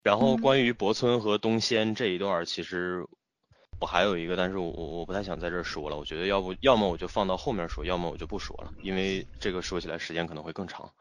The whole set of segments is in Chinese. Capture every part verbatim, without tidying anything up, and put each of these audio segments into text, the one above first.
然后关于博村和东仙这一段，其实我还有一个，但是我我不太想在这儿说了。我觉得要不要么我就放到后面说，要么我就不说了，因为这个说起来时间可能会更长。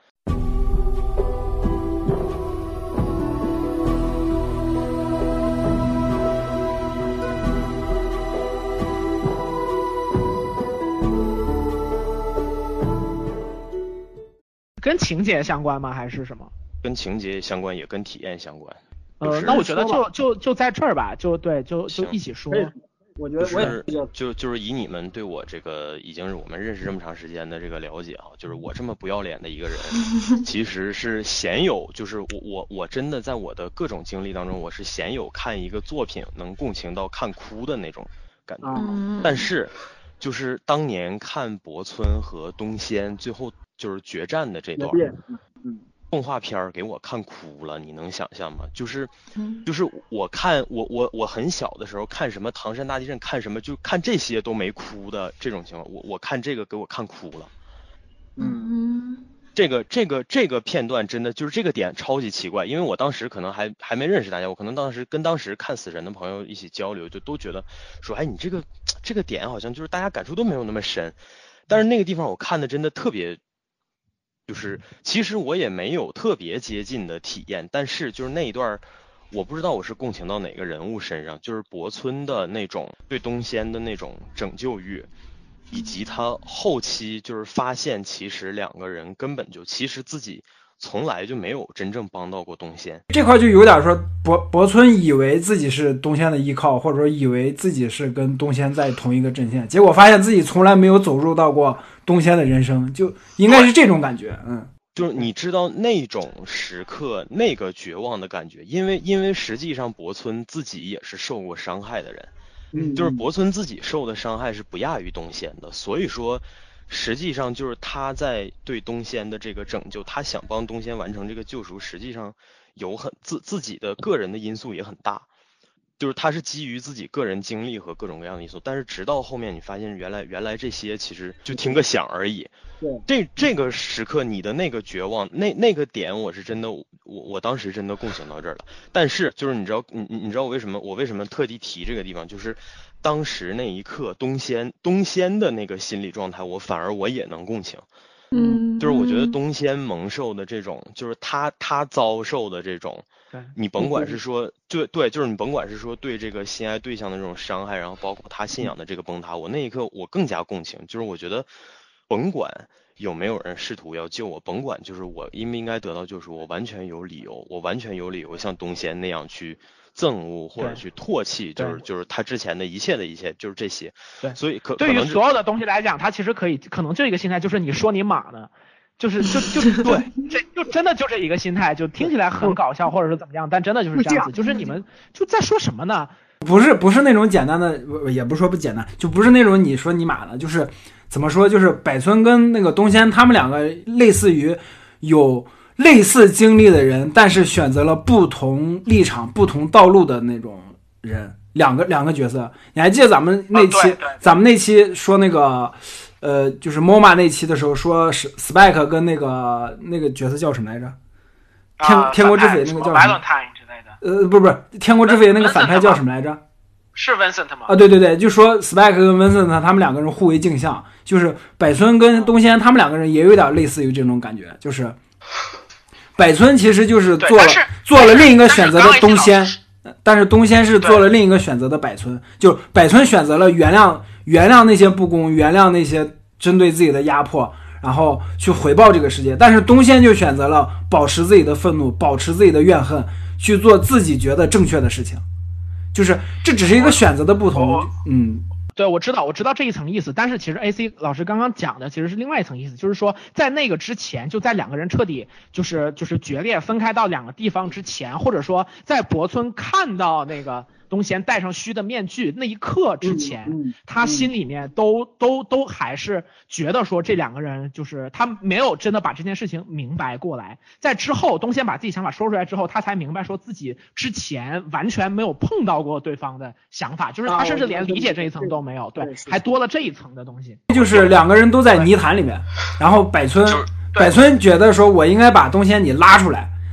跟情节相关吗？还是什么？ 跟情节相关，也跟体验相关。 呃，那我觉得就就就在这儿吧，就对，就就一起说。 我觉得我也就就就是以你们对我这个已经是我们认识这么长时间的这个了解啊，就是我这么不要脸的一个人，其实是鲜有，就是我我我真的在我的各种经历当中，我是鲜有看一个作品能共情到看哭的那种感觉。 嗯、 但是就是当年看博村和东仙最后就是决战的这段， 嗯。 动画片给我看哭了，你能想象吗？就是就是我看我我我很小的时候看什么唐山大地震，看什么就看这些都没哭的这种情况，我我看这个给我看哭了。 嗯， 这个这个这个片段真的就是这个点超级奇怪，因为我当时可能还还没认识大家，我可能当时跟当时看死神的朋友一起交流，就都觉得说，哎，你这个这个点好像就是大家感触都没有那么深，但是那个地方我看的真的特别。就是其实我也没有特别接近的体验，但是就是那一段我不知道我是共情到哪个人物身上，就是博村的那种对东仙的那种拯救欲，以及他后期就是发现其实两个人根本就其实自己从来就没有真正帮到过东仙。 这块就有点说博博村以为自己是东仙的依靠，或者说以为自己是跟东仙在同一个阵线，结果发现自己从来没有走入到过东仙的人生，就应该是这种感觉。嗯， 就是你知道那种时刻那个绝望的感觉，因为因为实际上博村自己也是受过伤害的人， 嗯， 就是博村自己受的伤害是不亚于东仙的，所以说实际上就是他在对东仙的这个拯救，他想帮东仙完成这个救赎，实际上有很自自己的个人的因素也很大，就是他是基于自己个人经历和各种各样的因素，但是直到后面你发现原来原来这些其实就听个响而已。 对， 这这个时刻你的那个绝望，那那个点我是真的，我我当时真的共情到这儿了。但是就是你知道你你知道我为什么我为什么特地提这个地方，就是当时那一刻东仙东仙的那个心理状态，我反而我也能共情。 嗯， 就是我觉得东仙蒙受的这种，就是他他遭受的这种，你甭管是说对对，就是你甭管是说对这个心爱对象的这种伤害，然后包括他信仰的这个崩塌，我那一刻我更加共情。就是我觉得甭管有没有人试图要救我，甭管就是我应不应该得到救赎，我完全有理由，我完全有理由像东仙那样去憎恶或者去唾弃，就是就是他之前的一切的一切，就是这些。 对， 所以可对于所有的东西来讲，他其实可以可能就一个心态，就是你说你马呢，就是就就是对，这就真的就这一个心态，就听起来很搞笑或者是怎么样，但真的就是这样子，就是你们就在说什么呢？ 不是不是那种简单的，也不是说不简单，就不是那种你说你马了，就是怎么说，就是百村跟那个东仙他们两个类似于有类似经历的人，但是选择了不同立场、不同道路的那种人，两个两个角色。你还记得咱们那期， 哦、 咱们那期说那个，呃，就是 M O M A 那期的时候，说 Spike 跟那个那个角色叫什么来着？天、呃、天国之匪那个叫什么？呃，不是不是，天国之匪那个反派叫什么来着？ 是 Vincent 吗？ 啊，对对对，就说 Spike 跟 Vincent 他们两个人互为镜像，就是百村跟东仙他们两个人也有点类似于这种感觉，就是百村其实就是做了做了另一个选择的东仙，但是东仙是做了另一个选择的百村，就百村选择了原谅原谅那些不公，原谅那些针对自己的压迫，然后去回报这个世界，但是东仙就选择了保持自己的愤怒，保持自己的怨恨，去做自己觉得正确的事情。就是这只是一个选择的不同，嗯， 对，我知道，我知道这一层意思，但是其实 A C 老师刚刚讲的其实是另外一层意思，就是说在那个之前，就在两个人彻底就是就是决裂分开到两个地方之前，或者说在博村看到那个东仙戴上虚的面具那一刻之前， 嗯嗯、 他心里面都、嗯、都都还是觉得说这两个人就是他没有真的把这件事情明白过来，在之后东仙把自己想法说出来之后，他才明白说自己之前完全没有碰到过对方的想法，就是他甚至连理解这一层都没有，对，还多了这一层的东西。 就是两个人都在泥潭里面，然后百村百村觉得说我应该把东仙你拉出来，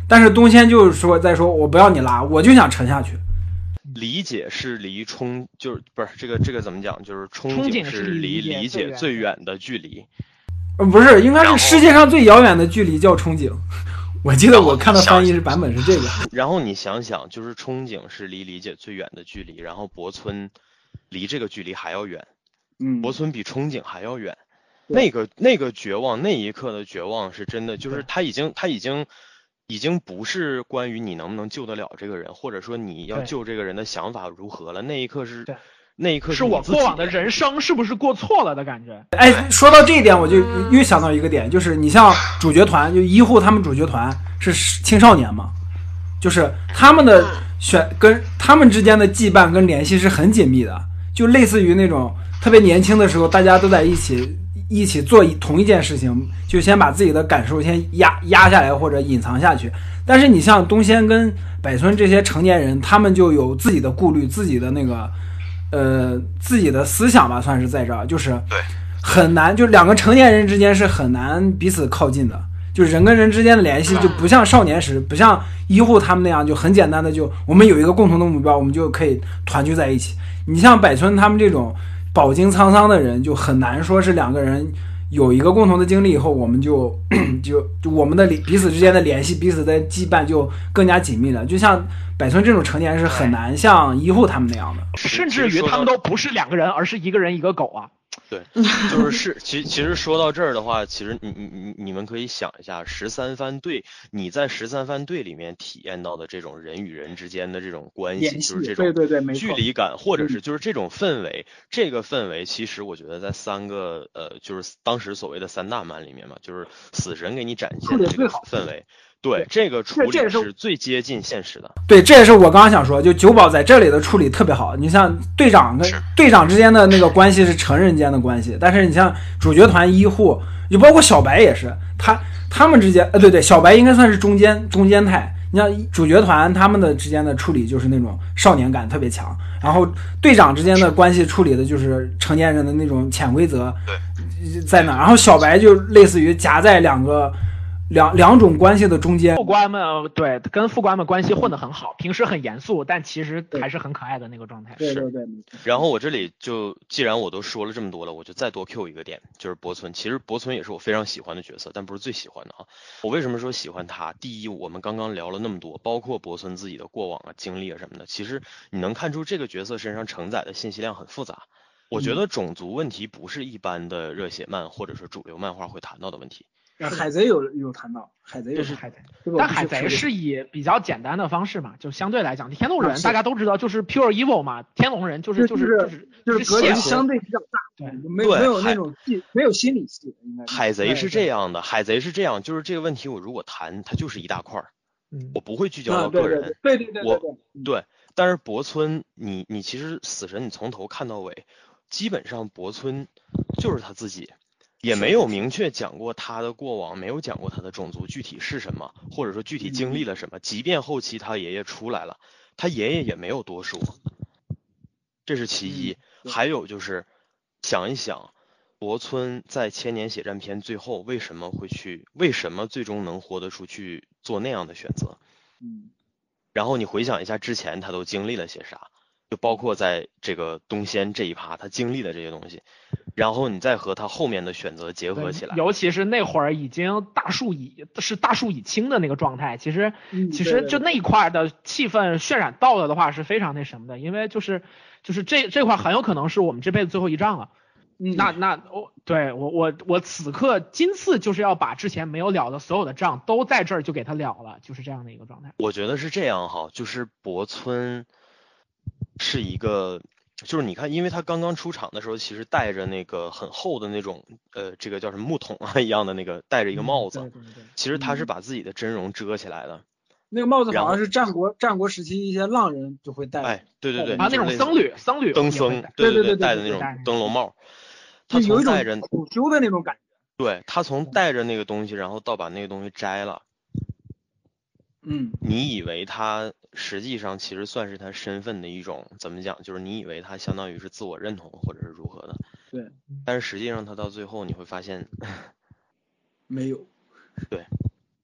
但是东仙就是说在说我不要你拉，我就想沉下去。 理解是离憧，就是不是这个这个怎么讲？就是憧憬是离理解最远的距离。 呃，不是，应该是世界上最遥远的距离叫憧憬。我记得我看的翻译是版本是这个。 然后你想想，就是憧憬是离理解最远的距离，然后博村离这个距离还要远， 嗯， 博村比憧憬还要远。那个那个绝望，那一刻的绝望是真的，就是他已经他已经。已经不是关于你能不能救得了这个人，或者说你要救这个人的想法如何了。那一刻是，那一刻是我过往的人生是不是过错了的感觉。 哎，说到这一点，我就又想到一个点，就是你像主角团，就医护他们主角团是青少年嘛，就是他们的选跟他们之间的羁绊跟联系是很紧密的，就类似于那种特别年轻的时候，大家都在一起。一起做同一件事情，就先把自己的感受先压压下来或者隐藏下去。但是你像东仙跟百村这些成年人，他们就有自己的顾虑，自己的那个呃自己的思想吧，算是在这儿，就是很难，就两个成年人之间是很难彼此靠近的。就人跟人之间的联系就不像少年时，不像医护他们那样，就很简单的就我们有一个共同的目标，我们就可以团聚在一起。你像百村他们这种饱经沧桑的人，就很难说是两个人有一个共同的经历以后，我们就就就我们的彼此之间的联系，彼此的羁绊就更加紧密了。就像百村这种成年人是很难像医护他们那样的， 甚至于他们都不是两个人，而是一个人一个狗啊。 对，就是是，其其实说到这儿的话，其实你你你你们可以想一下，十三番队，你在十三番队里面体验到的这种人与人之间的这种关系，就是这种对对对距离感，或者是就是这种氛围，这个氛围其实我觉得在三个呃，就是当时所谓的三大漫里面嘛，就是死神给你展现的这个氛围。对，这个处理是最接近现实的。 对，这也是我刚刚想说，就九保在这里的处理特别好。你像队长跟队长之间的那个关系是成人间的关系，但是你像主角团医护，就包括小白也是，他他们之间，呃，对对，小白应该算是中间中间态。你像主角团他们的之间的处理就是那种少年感特别强，然后队长之间的关系处理的就是成年人的那种潜规则在那，然后小白就类似于夹在两个。两两种关系的中间， 副官们对跟副官们关系混得很好，平时很严肃，但其实还是很可爱的那个状态。 对对对。 然后我这里就既然我都说了这么多了，我就再多 Q 一个点，就是博村。其实博村也是我非常喜欢的角色，但不是最喜欢的啊。我为什么说喜欢他？第一，我们刚刚聊了那么多，包括博村自己的过往啊、经历啊什么的，其实你能看出这个角色身上承载的信息量很复杂。我觉得种族问题不是一般的热血漫或者说主流漫画会谈到的问题。 海贼有有谈到，海贼也是海贼，但海贼是以比较简单的方式嘛，就相对来讲，天龙人大家都知道就是 pure evil 嘛，天龙人就是就是就是就是格局相对比较大， 对， 没没有那种戏，没有心理戏，应该海贼是这样的，海贼是这样，就是这个问题我如果谈，它就是一大块儿， 嗯， 我不会聚焦到个人， 对对对， 我对，但是博村，你你其实死神你从头看到尾，基本上博村就是他自己。也没有明确讲过他的过往，没有讲过他的种族具体是什么，或者说具体经历了什么。即便后期他爷爷出来了，他爷爷也没有多说，这是其一。还有就是想一想，博村在千年血战篇最后为什么会去，为什么最终能活得出去做那样的选择？ 嗯， 然后你回想一下之前他都经历了些啥，就包括在这个东仙这一趴他经历的这些东西。然后你再和他后面的选择结合起来， 尤其是那会儿已经大树已是大树已青的那个状态，其实、 嗯、 其实就那一块的气氛渲染到了的话是非常那什么的，因为就是就是这这块很有可能是我们这辈子最后一仗了。 嗯、 那那我对我我我此刻今次就是要把之前没有了的所有的仗都在这儿就给他了了，就是这样的一个状态。 我觉得是这样哈，就是博村是一个。就是你看，因为他刚刚出场的时候，其实戴着那个很厚的那种，呃，这个叫什么木桶啊一样的那个，戴着一个帽子。 嗯、对对对。 其实他是把自己的真容遮起来的。 那个帽子好像是战国战国时期一些浪人就会戴。 哎，对对对。 啊，那种僧侣僧侣。 灯僧， 对对对，戴的那种灯笼帽。他从戴着苦修的那种感觉。 对，他从戴着那个东西，然后到把那个东西摘了。 嗯， 你以为他实际上其实算是他身份的一种，怎么讲？就是你以为他相当于是自我认同或者是如何的， 对。 但是实际上他到最后你会发现， 没有。 对，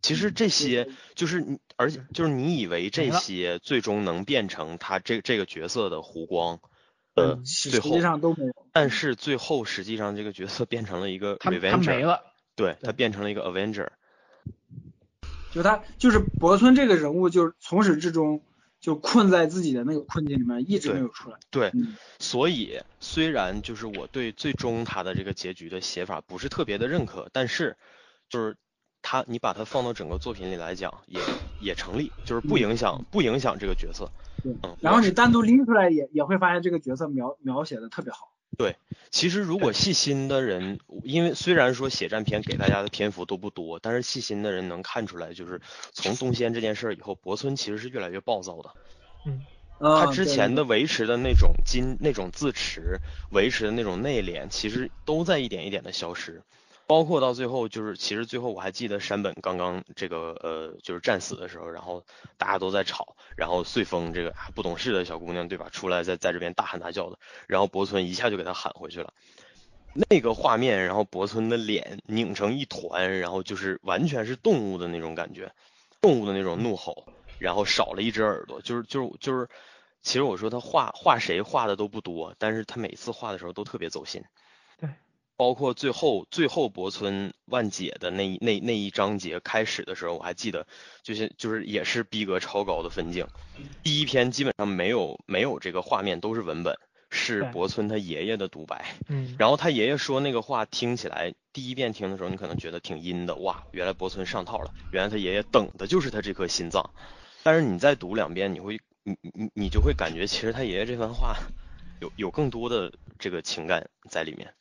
其实这些就是你，而且就是你以为这些最终能变成他这这个角色的弧光，呃，最后实际上都没有。 但是最后实际上这个角色变成了一个 Avenger， 他没了， 对，他变成了一个 Avenger。 就他就是伯村这个人物，就是从始至终就困在自己的那个困境里面，一直没有出来。 对， 嗯、 所以虽然就是我对最终他的这个结局的写法不是特别的认可，但是就是他你把它放到整个作品里来讲，也也成立，就是不影响、嗯、不影响这个角色。 对，嗯，然后你单独拎出来也也会发现这个角色描描写的特别好。 对，其实如果细心的人，因为虽然说血战篇给大家的篇幅都不多，但是细心的人能看出来，就是从东仙这件事以后，伯村其实是越来越暴躁的。 嗯， 他之前的维持的那种矜那种自持，维持的那种内敛，其实都在一点一点的消失。包括到最后，就是其实最后我还记得山本刚刚这个呃就是战死的时候，然后大家都在吵，然后穗风这个不懂事的小姑娘对吧，出来在在这边大喊大叫的，然后伯村一下就给他喊回去了。那个画面，然后伯村的脸拧成一团，然后就是完全是动物的那种感觉，动物的那种怒吼，然后少了一只耳朵，就是就是就是，其实我说他画画谁画的都不多，但是他每次画的时候都特别走心。 对。 包括最后最后伯村万解的那一那那一章节开始的时候，我还记得，就是就是也是逼格超高的分镜。第一篇基本上没有没有这个画面，都是文本，是伯村他爷爷的独白。 嗯， 然后他爷爷说那个话听起来，第一遍听的时候你可能觉得挺阴的，哇，原来伯村上套了，原来他爷爷等的就是他这颗心脏。但是你再读两遍，你会你你你就会感觉其实他爷爷这番话有有更多的这个情感在里面。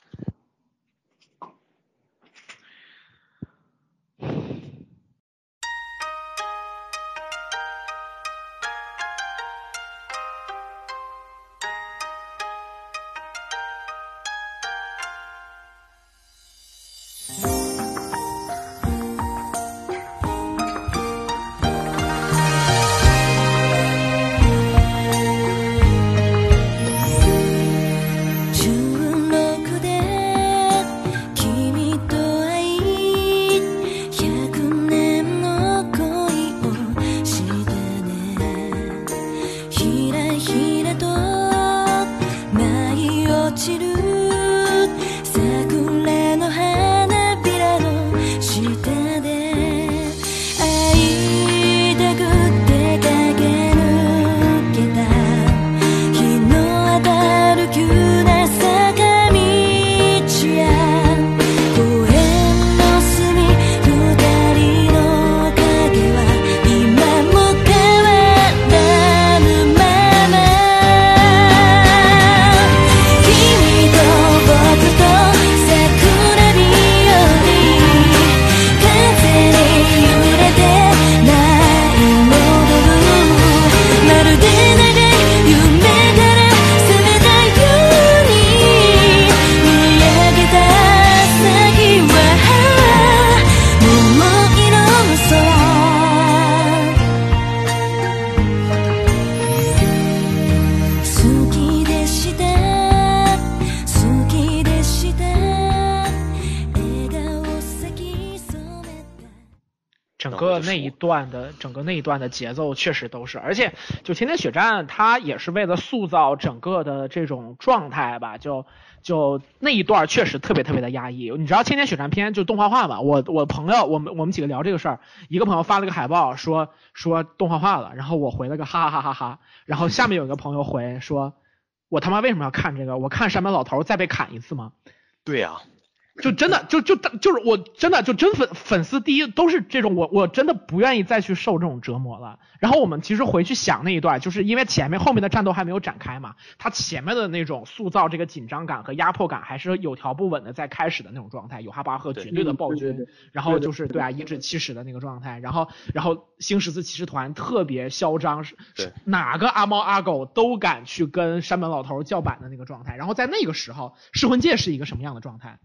那一段的整个那一段的节奏确实都是，而且就天天血战它也是为了塑造整个的这种状态吧，就就那一段确实特别特别的压抑。你知道天天血战篇就动画化嘛，我我朋友我们我们几个聊这个事儿，一个朋友发了个海报说说动画化了，然后我回了个哈哈哈哈哈，然后下面有一个朋友回说我他妈为什么要看这个，我看山本老头再被砍一次吗？ 对呀、啊就真的就就就是我真的就真粉粉丝第一都是这种，我我真的不愿意再去受这种折磨了。然后我们其实回去想那一段，就是因为前面后面的战斗还没有展开嘛，他前面的那种塑造这个紧张感和压迫感还是有条不紊的在开始的那种状态，有哈巴赫绝对的暴君，然后就是对啊一至七十的那个状态，然后然后新十字骑士团特别嚣张，哪个阿猫阿狗都敢去跟山本老头叫板的那个状态。然后在那个时候噬魂界是一个什么样的状态？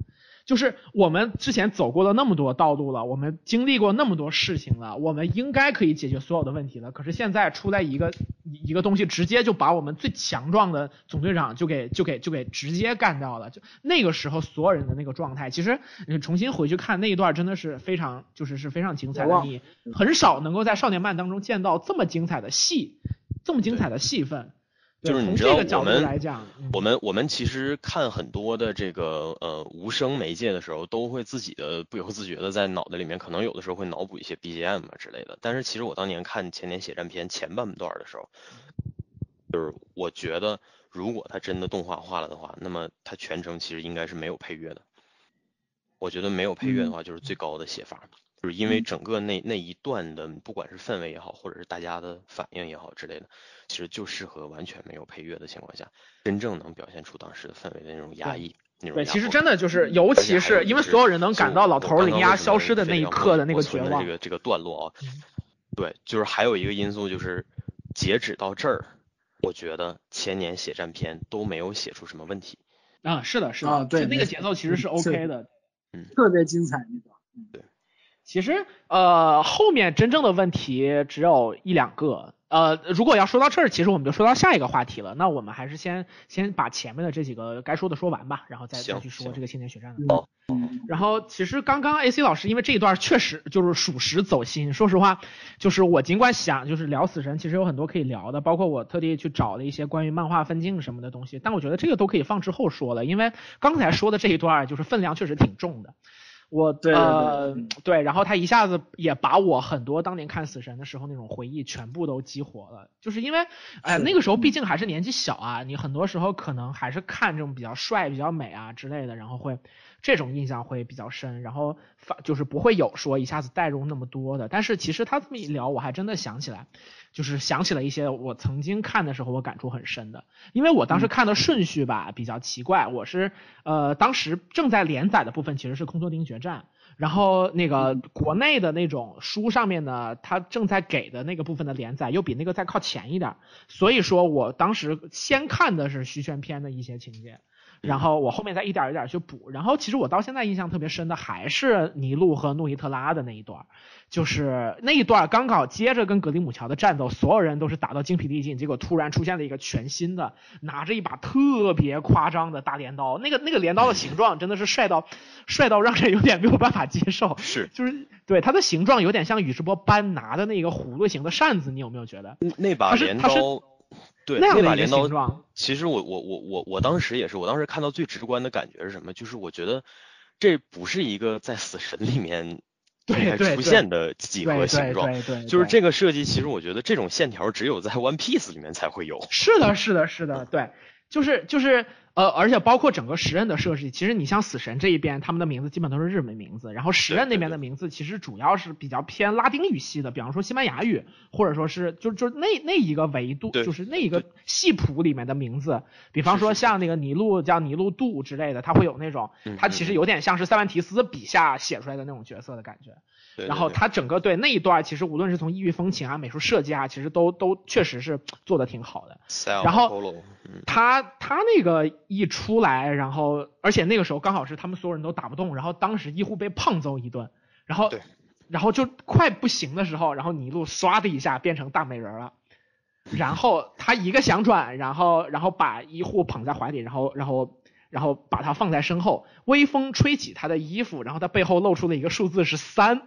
就是我们之前走过了那么多道路了，我们经历过那么多事情了，我们应该可以解决所有的问题了。可是现在出来一个一个东西，直接就把我们最强壮的总队长就给就给就给直接干掉了。就那个时候所有人的那个状态，其实你重新回去看那一段，真的是非常就是是非常精彩的。你很少能够在少年漫当中见到这么精彩的戏，这么精彩的戏份。 就是你知道我们来讲， 嗯、我们我们其实看很多的这个呃无声媒介的时候，都会自己的不由自觉的在脑袋里面，可能有的时候会脑补一些 B G M 啊之类的。但是其实我当年看前年血战篇前半段的时候，就是我觉得如果它真的动画化了的话，那么它全程其实应该是没有配乐的。我觉得没有配乐的话，就是最高的写法。嗯就是因为整个那那一段的，不管是氛围也好，或者是大家的反应也好之类的，其实就适合完全没有配乐的情况下，真正能表现出当时的氛围的那种压抑，那种对，其实真的就是，尤其是因为所有人能感到老头灵压消失的那一刻的那个绝望。 这个这个段落啊，对，就是还有一个因素就是，截止到这儿，我觉得前年血战篇都没有写出什么问题。 啊，是的，是的， 啊，对， 那个节奏其实是 OK 的， 嗯，特别精彩那段， 嗯，对。 其实呃后面真正的问题只有一两个，呃如果要说到这儿，其实我们就说到下一个话题了。那我们还是先先把前面的这几个该说的说完吧，然后再再去说这个青年血战的。 哦。 然后其实刚刚 A C 老师因为这一段确实就是属实走心，说实话，就是我尽管想就是聊死神，其实有很多可以聊的，包括我特地去找了一些关于漫画分镜什么的东西，但我觉得这个都可以放之后说了，因为刚才说的这一段就是分量确实挺重的。我对呃对，然后他一下子也把我很多当年看死神的时候那种回忆全部都激活了，就是因为哎、呃、那个时候毕竟还是年纪小啊，你很多时候可能还是看这种比较帅比较美啊之类的，然后会这种印象会比较深，然后就是不会有说一下子带入那么多的。但是其实他这么一聊，我还真的想起来，就是想起了一些我曾经看的时候我感触很深的。因为我当时看的顺序吧比较奇怪，我是呃当时正在连载的部分其实是空作丁决战，然后那个国内的那种书上面呢，它正在给的那个部分的连载又比那个再靠前一点，所以说我当时先看的是虚轩篇的一些情节，然后我后面再一点一点去补。然后其实我到现在印象特别深的还是尼禄和诺伊特拉的那一段，就是那一段刚好接着跟格林姆桥的战斗，所有人都是打到精疲力尽，结果突然出现了一个全新的拿着一把特别夸张的大镰刀，那个那个镰刀的形状真的是帅到帅到让人有点没有办法接受， 是就是对它的形状有点像宇智波斑拿的那个葫芦形的扇子，你有没有觉得那把镰刀对， 那那把镰刀，其实我我我我我当时也是，我当时看到最直观的感觉是什么？就是我觉得这不是一个在死神里面应该出现的几何形状，就是这个设计，其实我觉得这种线条只有在 One Piece 里面才会有。 是的，是的，是的，对，就是就是呃，而且包括整个时刃的设计，其实你像死神这一边，他们的名字基本都是日文名字，然后时刃那边的名字其实主要是比较偏拉丁语系的，比方说西班牙语，或者说是就就那那一个维度，就是那一个系谱里面的名字，比方说像那个尼禄叫尼禄度之类的，它会有那种，它其实有点像是塞万提斯笔下写出来的那种角色的感觉。 对对对， 然后它整个对那一段其实无论是从异域风情啊、美术设计啊，其实都都确实是做的挺好的。然后他他那个一出来，然后而且那个时候刚好是他们所有人都打不动，然后当时医护被胖揍一顿，然后然后就快不行的时候，然后尼禄唰的一下变成大美人了，然后他一个响转，然后然后把医护捧在怀里，然后然后。然后把它放在身后，微风吹起他的衣服，然后他背后露出了一个数字是三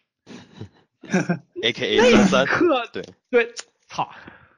，A K A 三三，对对，操，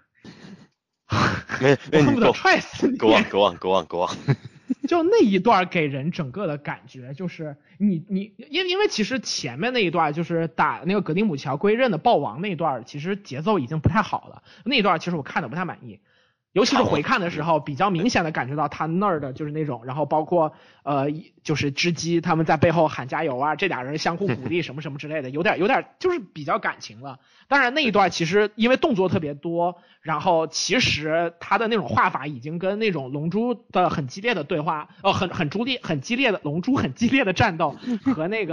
没没恨不得踹死你！ 狗王狗王狗王狗王， 就那一段给人整个的感觉就是你你因因为其实前面那一段就是打那个格丁姆桥归刃的暴王那一段，其实节奏已经不太好了，那一段其实我看的不太满意。尤其是回看的时候，比较明显的感觉到他那儿的就是那种，然后包括呃，就是织姬他们在背后喊加油啊，这俩人相互鼓励什么什么之类的，有点有点就是比较感情了。当然那一段其实因为动作特别多，然后其实他的那种画法已经跟那种龙珠的很激烈的对话，呃，很很激烈很激烈的龙珠很激烈的战斗和那个。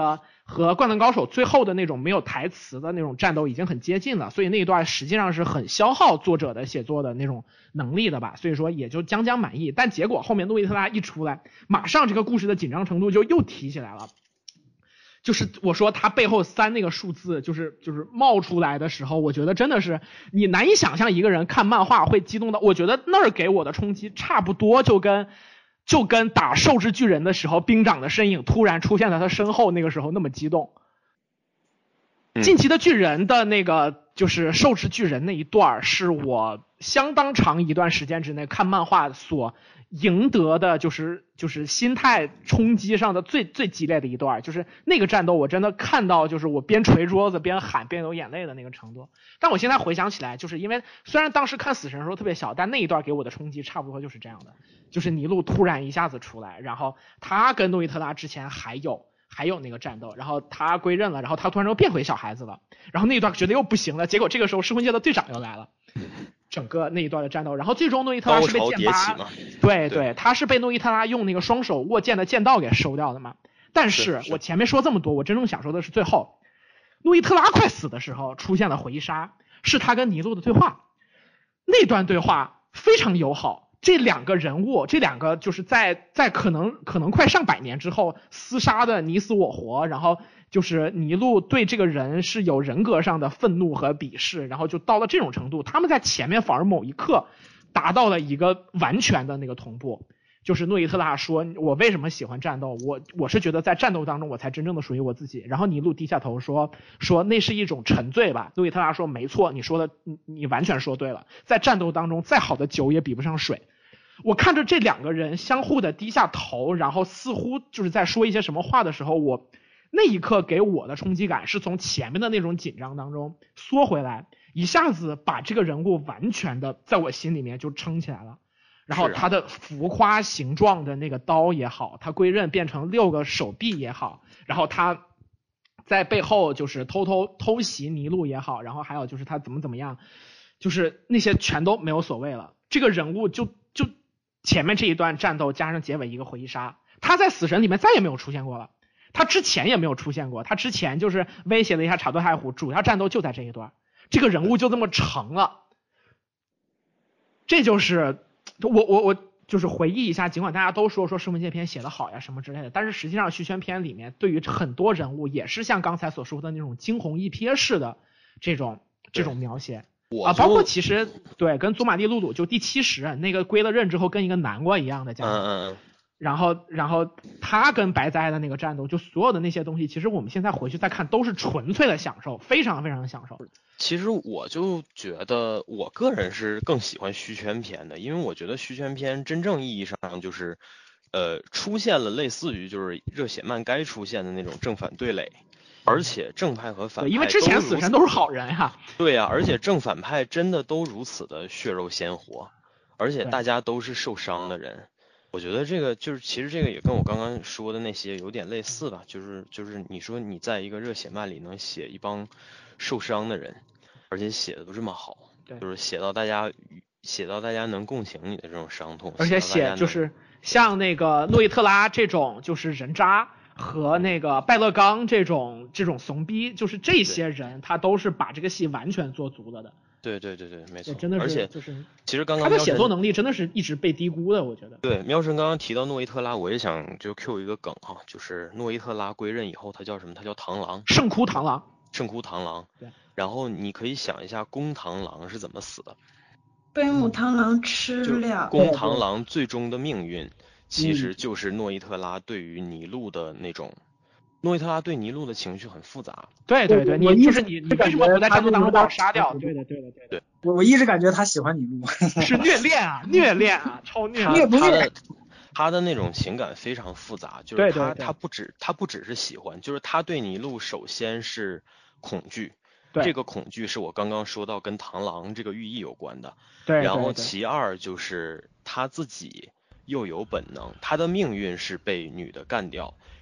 和灌篮高手最后的那种没有台词的那种战斗已经很接近了，所以那一段实际上是很消耗作者的写作的那种能力的吧，所以说也就将将满意。但结果后面诺伊特拉一出来，马上这个故事的紧张程度就又提起来了。就是我说他背后三那个数字就是就是冒出来的时候，我觉得真的是你难以想象一个人看漫画会激动到，我觉得那儿给我的冲击差不多就跟就跟打兽之巨人的时候兵长的身影突然出现在他身后那个时候那么激动。近期的巨人的那个就是兽之巨人那一段是我相当长一段时间之内看漫画所赢得的就是就是心态冲击上的最最激烈的一段，就是那个战斗我真的看到就是我边捶桌子边喊边流眼泪的那个程度。但我现在回想起来，就是因为虽然当时看死神的时候特别小，但那一段给我的冲击差不多就是这样的，就是尼禄突然一下子出来，然后他跟诺伊特拉之前还有还有那个战斗，然后他归任了，然后他突然又变回小孩子了，然后那一段觉得又不行了，结果这个时候噬魂界的队长又来了，整个那一段的战斗，然后最终诺伊特拉是被剑拔，对对，他是被诺伊特拉用那个双手握剑的剑道给收掉的嘛。但是我前面说这么多，我真正想说的是最后诺伊特拉快死的时候出现了回忆杀，是他跟尼禄的对话，那段对话非常友好。这两个人物，这两个就是在在可能可能快上百年之后厮杀的你死我活，然后就是尼禄对这个人是有人格上的愤怒和鄙视，然后就到了这种程度，他们在前面反而某一刻达到了一个完全的那个同步。就是诺伊特拉说我为什么喜欢战斗，我我是觉得在战斗当中我才真正的属于我自己，然后尼禄低下头说说那是一种沉醉吧。诺伊特拉说没错，你说的你你完全说对了，在战斗当中再好的酒也比不上水。我看着这两个人相互的低下头，然后似乎就是在说一些什么话的时候，我那一刻给我的冲击感是从前面的那种紧张当中缩回来，一下子把这个人物完全的在我心里面就撑起来了。然后他的浮夸形状的那个刀也好，他归刃变成六个手臂也好，然后他在背后就是偷偷偷袭尼禄也好，然后还有就是他怎么怎么样，就是那些全都没有所谓了。这个人物就就前面这一段战斗加上结尾一个回忆杀，他在死神里面再也没有出现过了，他之前也没有出现过，他之前就是威胁了一下查多海虎，主要战斗就在这一段，这个人物就这么成了。这就是我我我就是回忆一下，尽管大家都说说噬魂界篇写得好呀什么之类的，但是实际上续宣篇里面对于很多人物也是像刚才所说的那种惊鸿一瞥式的这种这种描写啊，包括其实对跟祖玛蒂露鲁就第七十那个归了刃之后跟一个南瓜一样的家伙， 嗯嗯嗯， 然后然后他跟白哉的那个战斗，就所有的那些东西，其实我们现在回去再看都是纯粹的享受，非常非常的享受。 其实我就觉得我个人是更喜欢虚圈篇的，因为我觉得虚圈篇真正意义上就是呃出现了类似于就是热血漫该出现的那种正反对垒，而且正派和反派， 因为之前死神都是好人呀、啊。 对呀、啊，而且正反派真的都如此的血肉鲜活，而且大家都是受伤的人。我觉得这个就是其实这个也跟我刚刚说的那些有点类似吧，就是就是你说你在一个热血漫里能写一帮受伤的人，而且写的都这么好，就是写到大家写到大家能共情你的这种伤痛， 而且写就是像那个诺伊特拉这种就是人渣和那个拜勒冈这种这种怂逼，就是这些人他都是把这个戏完全做足了的。 对对对对，没错， 真的是， 而且就是其实刚刚他的写作能力真的是一直被低估的，我觉得。 对，喵神刚刚提到诺伊特拉，我也想就 Q 一个梗哈，就是诺伊特拉归任以后，他叫什么？他叫螳螂， 圣哭螳螂， 圣哭螳螂。 对。 然后你可以想一下，公螳螂是怎么死的？ 被母螳螂吃了。 公螳螂最终的命运，其实就是诺伊特拉对于尼禄的那种。嗯诺伊特拉对尼禄的情绪很复杂。 对对对，你就是你，你为什么不在战斗当中把我杀掉？对的对的对的。 我我一直感觉他喜欢尼禄。 是虐恋啊，虐恋啊，超虐。 虐不虐？ 他的那种情感非常复杂，就是他对对对他不止他不只是喜欢，就是他对尼禄首先是恐惧。 对， 这个恐惧是我刚刚说到跟螳螂这个寓意有关的。 对。 然后其二就是他自己又有本能，他的命运是被女的干掉。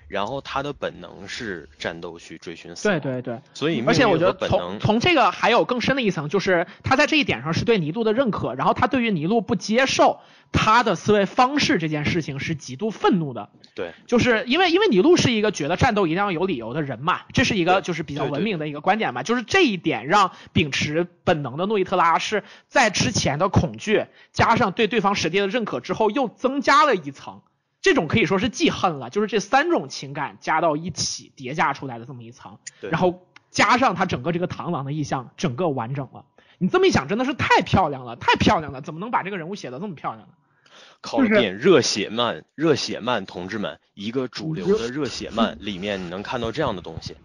然后他的本能是战斗去追寻死亡。 对对对， 所以而且我觉得本能从从这个还有更深的一层，就是他在这一点上是对尼禄的认可，然后他对于尼禄不接受他的思维方式这件事情是极度愤怒的。 对， 就是因为因为尼禄是一个觉得战斗一定要有理由的人嘛，这是一个就是比较文明的一个观点嘛，就是这一点让秉持本能的诺伊特拉是在之前的恐惧加上对对方实力的认可之后又增加了一层，这种可以说是记恨了，就是这三种情感加到一起叠加出来的这么一层，然后加上他整个这个螳螂的意象整个完整了。你这么一想真的是太漂亮了，太漂亮了，怎么能把这个人物写得这么漂亮呢？ 靠了点热血漫，热血漫同志们，一个主流的热血漫里面你能看到这样的东西。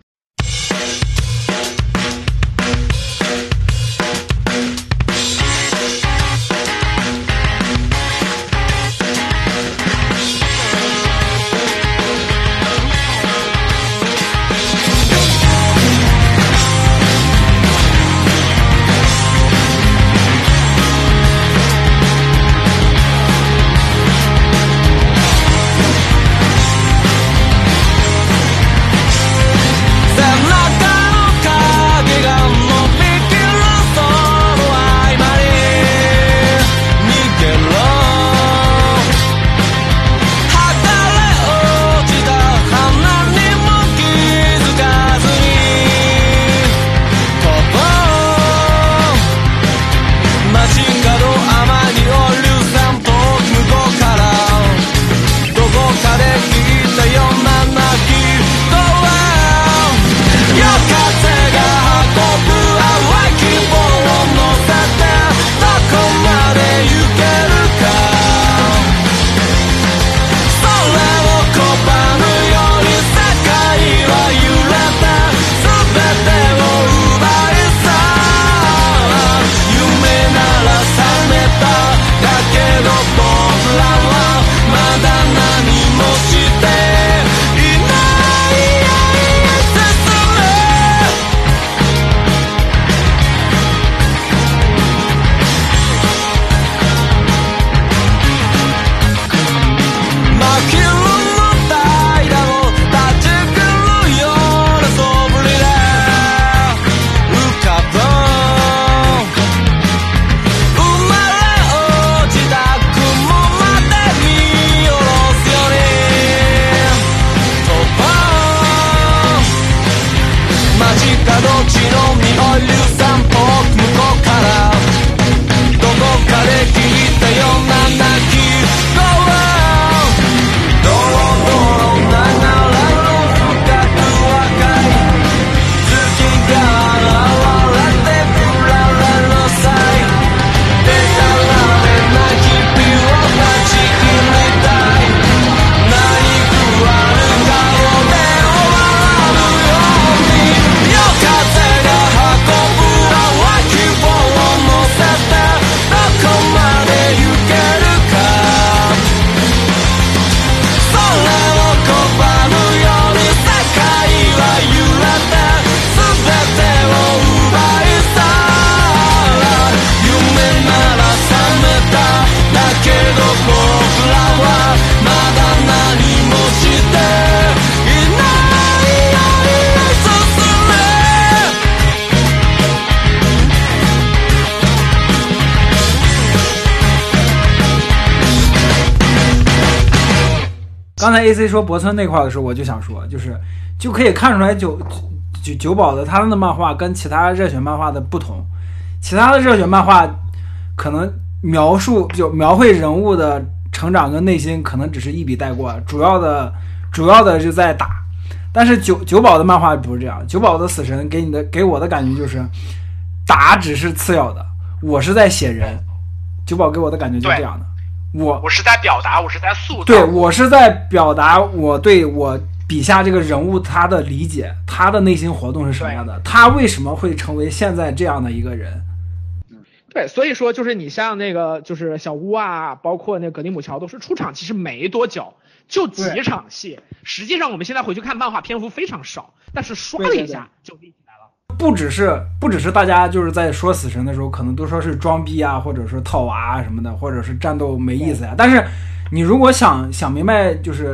刚才 A C 说博村那块的时候，我就想说，就是就可以看出来九九九保的他们的漫画跟其他热血漫画的不同。其他的热血漫画可能描述就描绘人物的成长跟内心，可能只是一笔带过，主要的主要的就在打。但是九九保的漫画不是这样，九保的死神给你的给我的感觉就是打只是次要的，我是在写人。九保给我的感觉就是这样的。我我是在表达，我是在塑造， 对，我是在表达我对我笔下这个人物他的理解，他的内心活动是什么样的，他为什么会成为现在这样的一个人。 对，所以说就是你像那个就是小屋啊，包括那个格林姆乔都是出场其实没多久，就几场戏，实际上我们现在回去看漫画篇幅非常少，但是刷了一下就立起来了。 不只是不只是大家就是在说死神的时候可能都说是装逼啊，或者说套娃啊什么的，或者是战斗没意思呀、啊，但是你如果想想明白就是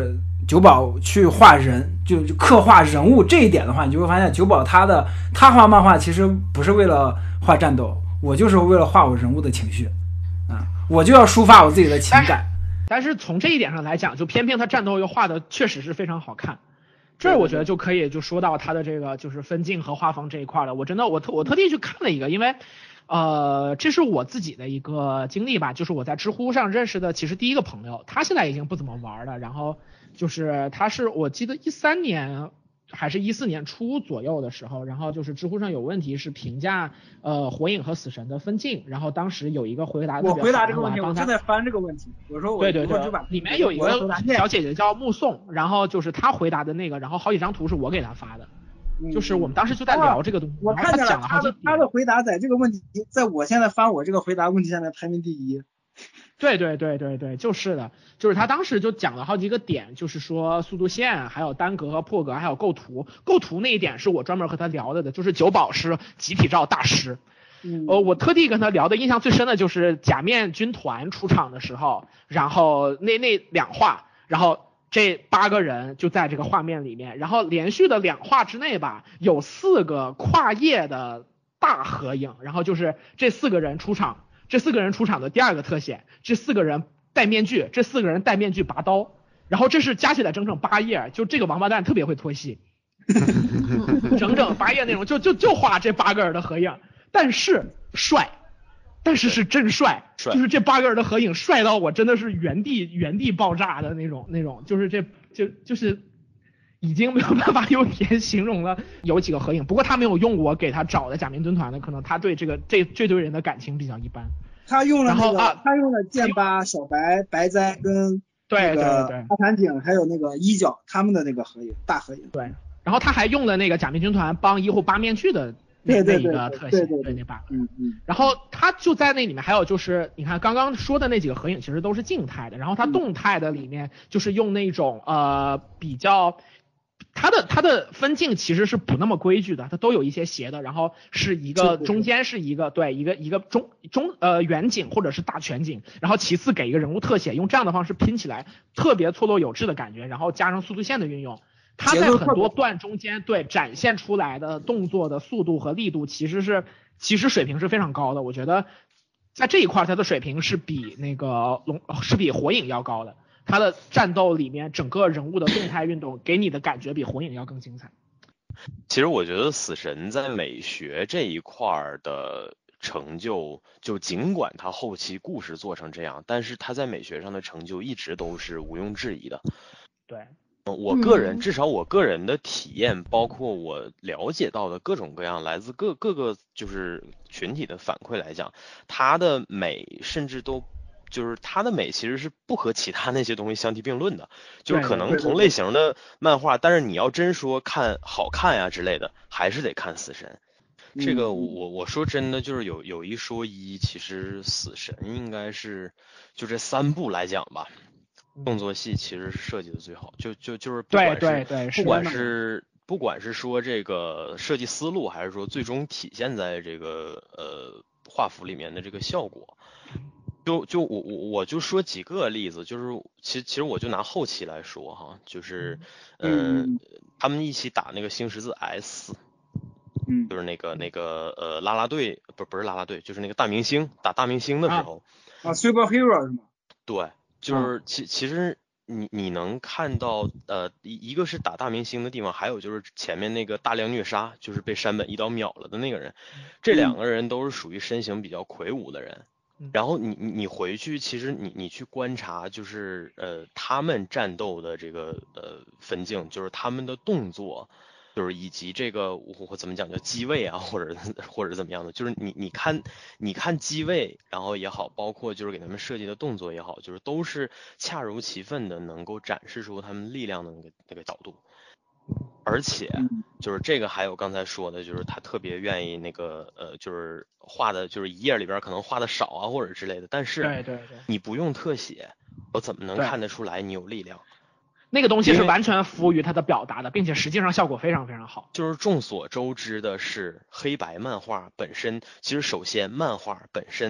久保去画人，就就刻画人物这一点的话，你就会发现久保他的他画漫画其实不是为了画战斗，我就是为了画我人物的情绪啊，我就要抒发我自己的情感。 但是从这一点上来讲，就偏偏他战斗又画的确实是非常好看。这我觉得就可以就说到他的这个就是分镜和画风这一块了。我真的我特我特地去看了一个，因为呃这是我自己的一个经历吧，就是我在知乎上认识的其实第一个朋友，他现在已经不怎么玩了，然后就是他是我记得一三年还是一四年初左右的时候，然后就是知乎上有问题是评价呃火影和死神的分镜，然后当时有一个回答特别好， 我回答这个问题，我正在翻这个问题，我说我对对对就把里面有一个小姐姐叫目送，然后就是她回答的那个，然后好几张图是我给她发的，嗯、就是我们当时就在聊这个东西， 我看见了他的他的回答在这个问题，在我现在翻我这个回答问题现在排名第一。 对对对对对，就是的，就是他当时就讲了好几个点，就是说速度线，还有单格和破格，还有构图。构图那一点是我专门和他聊的的，就是久保是集体照大师。 嗯， 呃，我特地跟他聊的印象最深的就是假面军团出场的时候，然后那那两画，然后这八个人就在这个画面里面，然后连续的两画之内吧，有四个跨页的大合影，然后就是这四个人出场。这四个人出场的第二个特写，这四个人戴面具，这四个人戴面具拔刀，然后这是加起来整整八页，就这个王八蛋特别会拖戏，整整八页内容就就就画这八个人的合影，但是帅，但是是真帅，就是这八个人的合影帅到我真的是原地原地爆炸的那种那种，就是这就就是已经没有办法用语言形容了。有几个合影，不过他没有用我给他找的假面军团的，可能他对这个这这堆人的感情比较一般。 他用了那个， 啊、 他用了剑八、小白、白哉跟对对对阿谭景还有那个一角他们的那个合影，大合影。 对，然后他还用了那个假面军团帮一护扒面具的那那一个特写，对那八个。 嗯嗯。 然后他就在那里面，还有就是你看刚刚说的那几个合影，其实都是静态的，然后他动态的里面就是用那种呃比较。它的它的分镜其实是不那么规矩的，它都有一些斜的，然后是一个中间是一个对一个一个中中呃远景或者是大全景，然后其次给一个人物特写，用这样的方式拼起来，特别错落有致的感觉，然后加上速度线的运用，它在很多段中间对展现出来的动作的速度和力度其实是其实水平是非常高的，我觉得在这一块它的水平是比那个龙是比火影要高的。他的战斗里面整个人物的动态运动给你的感觉比火影要更精彩。 其实我觉得死神在美学这一块的成就，就尽管他后期故事做成这样，但是他在美学上的成就一直都是毋庸置疑的。 对， 我个人、嗯、至少我个人的体验，包括我了解到的各种各样来自各各个就是群体的反馈来讲，他的美甚至都就是它的美其实是不和其他那些东西相提并论的，就是可能同类型的漫画，但是你要真说看好看呀之类的，还是得看死神。这个我我说真的就是有有一说一，其实死神应该是就这三部来讲吧，动作戏其实是设计的最好，就就就是不管是对对对不管是不管是说这个设计思路，还是说最终体现在这个呃画幅里面的这个效果。就就我我我就说几个例子，就是其实其实我就拿后期来说哈，就是嗯、呃、他们一起打那个星十字 S， 嗯， 就是那个那个呃啦啦队不不是啦啦队，就是那个大明星打大明星的时候啊, 啊 Superhero 是吗？ 对，就是其其实你你能看到呃一一个是打大明星的地方，还有就是前面那个大量虐杀，就是被山本一刀秒了的那个人，这两个人都是属于身形比较魁梧的人。然后你你你回去，其实你你去观察，就是呃他们战斗的这个呃分镜，就是他们的动作，就是以及这个我怎么讲叫机位啊，或者或者怎么样的，就是你你看你看机位，然后也好，包括就是给他们设计的动作也好，就是都是恰如其分的，能够展示出他们力量的那个那个角度。而且就是这个还有刚才说的，就是他特别愿意那个呃就是画的就是一页里边可能画的少啊或者之类的，但是对对对， 你不用特写，我怎么能看得出来你有力量？ 那个东西是完全服务于他的表达的，并且实际上效果非常非常好。 就是众所周知的是，黑白漫画本身其实首先漫画本身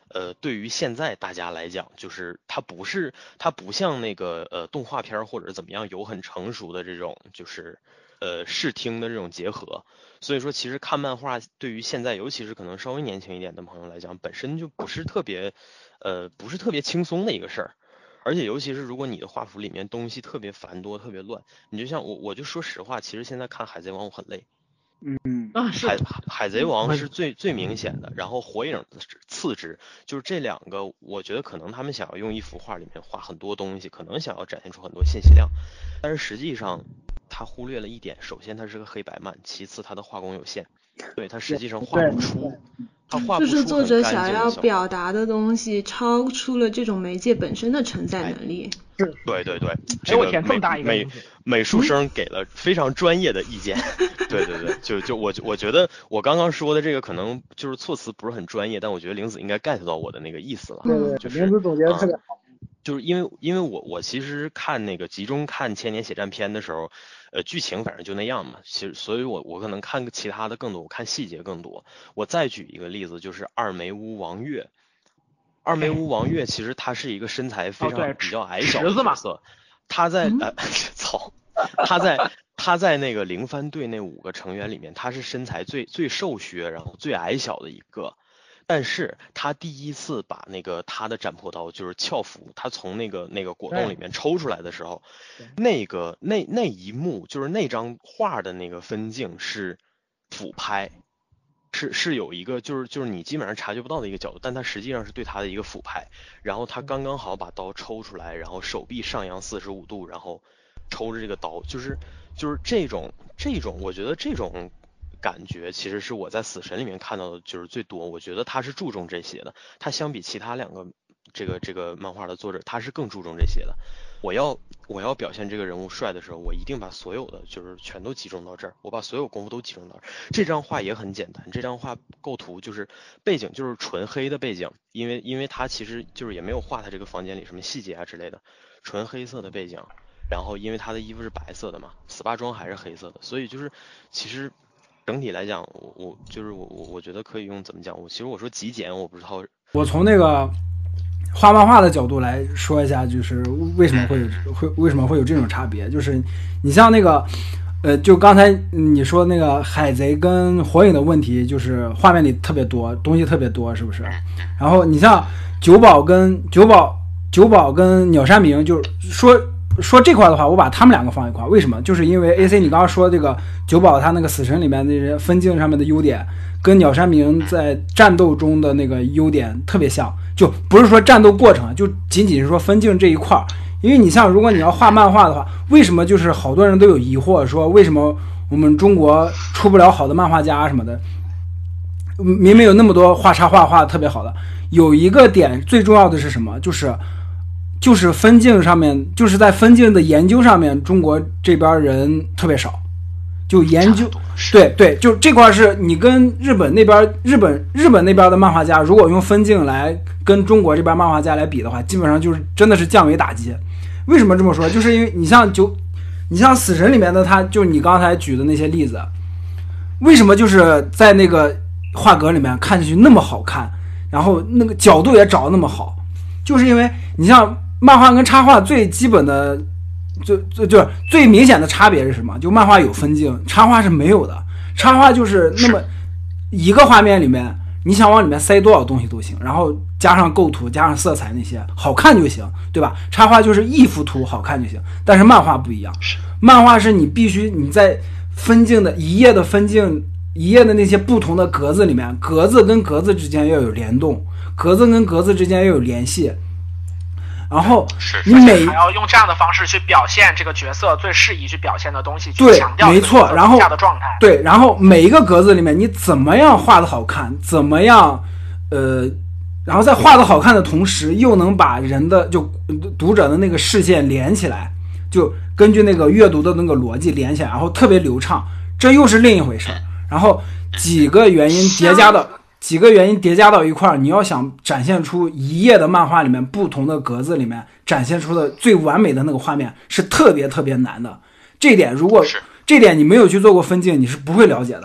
呃，对于现在大家来讲，就是它不是它不像那个呃动画片或者怎么样有很成熟的这种就是呃视听的这种结合，所以说其实看漫画对于现在尤其是可能稍微年轻一点的朋友来讲，本身就不是特别呃不是特别轻松的一个事儿。而且尤其是如果你的画幅里面东西特别繁多特别乱，你就像我我就说实话，其实现在看海贼王我很累。 嗯啊，是海海贼王是最最明显的，然后火影次之，就是这两个，我觉得可能他们想要用一幅画里面画很多东西，可能想要展现出很多信息量，但是实际上他忽略了一点，首先它是个黑白漫，其次它的画工有限，对，它实际上画不出，它画不出就是作者很干想要净的效果表达的东西超出了这种媒介本身的承载能力。 对对对， 哎这个我天，这美么大一个美名字美术生给了非常专业的意见。对对对，就就我我觉得我刚刚说的这个可能就是措辞不是很专业，但我觉得玲子应该 get 到我的那个意思了。 对对， 就是玲子总结的特别好。 就是因为因为我我其实看那个集中看千年血战篇的时候，呃，剧情反正就那样嘛。其实所以我我可能看其他的更多，我看细节更多。我再举一个例子，就是二梅屋王月。二梅屋王月其实他是一个身材非哦对常比较矮小的池子嘛角色，他在呃操，他在他在那个零番队那五个成员里面，他是身材最最瘦削，然后最矮小的一个。但是他第一次把那个他的斩破刀就是鞘服，他从那个那个果冻里面抽出来的时候，那个那那一幕就是那张画的那个分镜是俯拍，是是有一个就是就是你基本上察觉不到的一个角度，但他实际上是对他的一个俯拍，然后他刚刚好把刀抽出来，然后手臂上扬四十五度，然后抽着这个刀，就是就是这种这种，我觉得这种感觉其实是我在死神里面看到的就是最多，我觉得他是注重这些的，他相比其他两个这个这个漫画的作者，他是更注重这些的。我要我要表现这个人物帅的时候，我一定把所有的就是全都集中到这儿，我把所有功夫都集中到这儿。这张画也很简单，这张画构图就是背景就是纯黑的背景，因为因为他其实就是也没有画他这个房间里什么细节啊之类的，纯黑色的背景。然后因为他的衣服是白色的嘛， S P A 装还是黑色的，所以就是其实整体来讲，我我就是我我我觉得可以用怎么讲？我其实我说极简，我不知道。 我从那个画漫画的角度来说一下，就是为什么会有会为什么会有这种差别？就是你像那个呃，就刚才你说那个海贼跟火影的问题，就是画面里特别多东西特别多，是不是？然后你像九保跟九保九保跟鸟山明，就是说。说这块的话，我把他们两个放一块，为什么？就是因为 A C 你刚刚说这个九保他那个死神里面那些分镜上面的优点，跟鸟山明在战斗中的那个优点特别像，就不是说战斗过程，就仅仅是说分镜这一块。因为你像如果你要画漫画的话，为什么就是好多人都有疑惑，说为什么我们中国出不了好的漫画家什么的？明明有那么多画插画画的特别好的，有一个点最重要的是什么？就是就是分镜上面，就是在分镜的研究上面，中国这边人特别少，就研究，对对，就这块是你跟日本那边，日本日本那边的漫画家，如果用分镜来跟中国这边漫画家来比的话，基本上就是真的是降维打击。为什么这么说？就是因为你像九，你像死神里面的他，就你刚才举的那些例子，为什么就是在那个画格里面看上去那么好看，然后那个角度也找得那么好，就是因为你像。漫画跟插画最基本的，就就就最明显的差别是什么？就漫画有分镜，插画是没有的。插画就是那么一个画面里面，你想往里面塞多少东西都行，然后加上构图、加上色彩那些，好看就行，对吧？插画就是一幅图好看就行，但是漫画不一样，漫画是你必须你在分镜的一页的分镜。一页的那些不同的格子里面，格子跟格子之间要有联动，格子跟格子之间要有联系。然后你每还要用这样的方式去表现这个角色最适宜去表现的东西，去对， 强调没错。然后的状态， 对，然后每一个格子里面你怎么样画的好看，怎么样，呃，然后在画的好看的同时，又能把人的就读者的那个视线连起来，就根据那个阅读的那个逻辑连起来，然后特别流畅，这又是另一回事儿。然后几个原因叠加的。几个原因叠加到一块儿，你要想展现出一页的漫画里面不同的格子里面展现出的最完美的那个画面，是特别特别难的。这点如果这点你没有去做过分镜，你是不会了解的。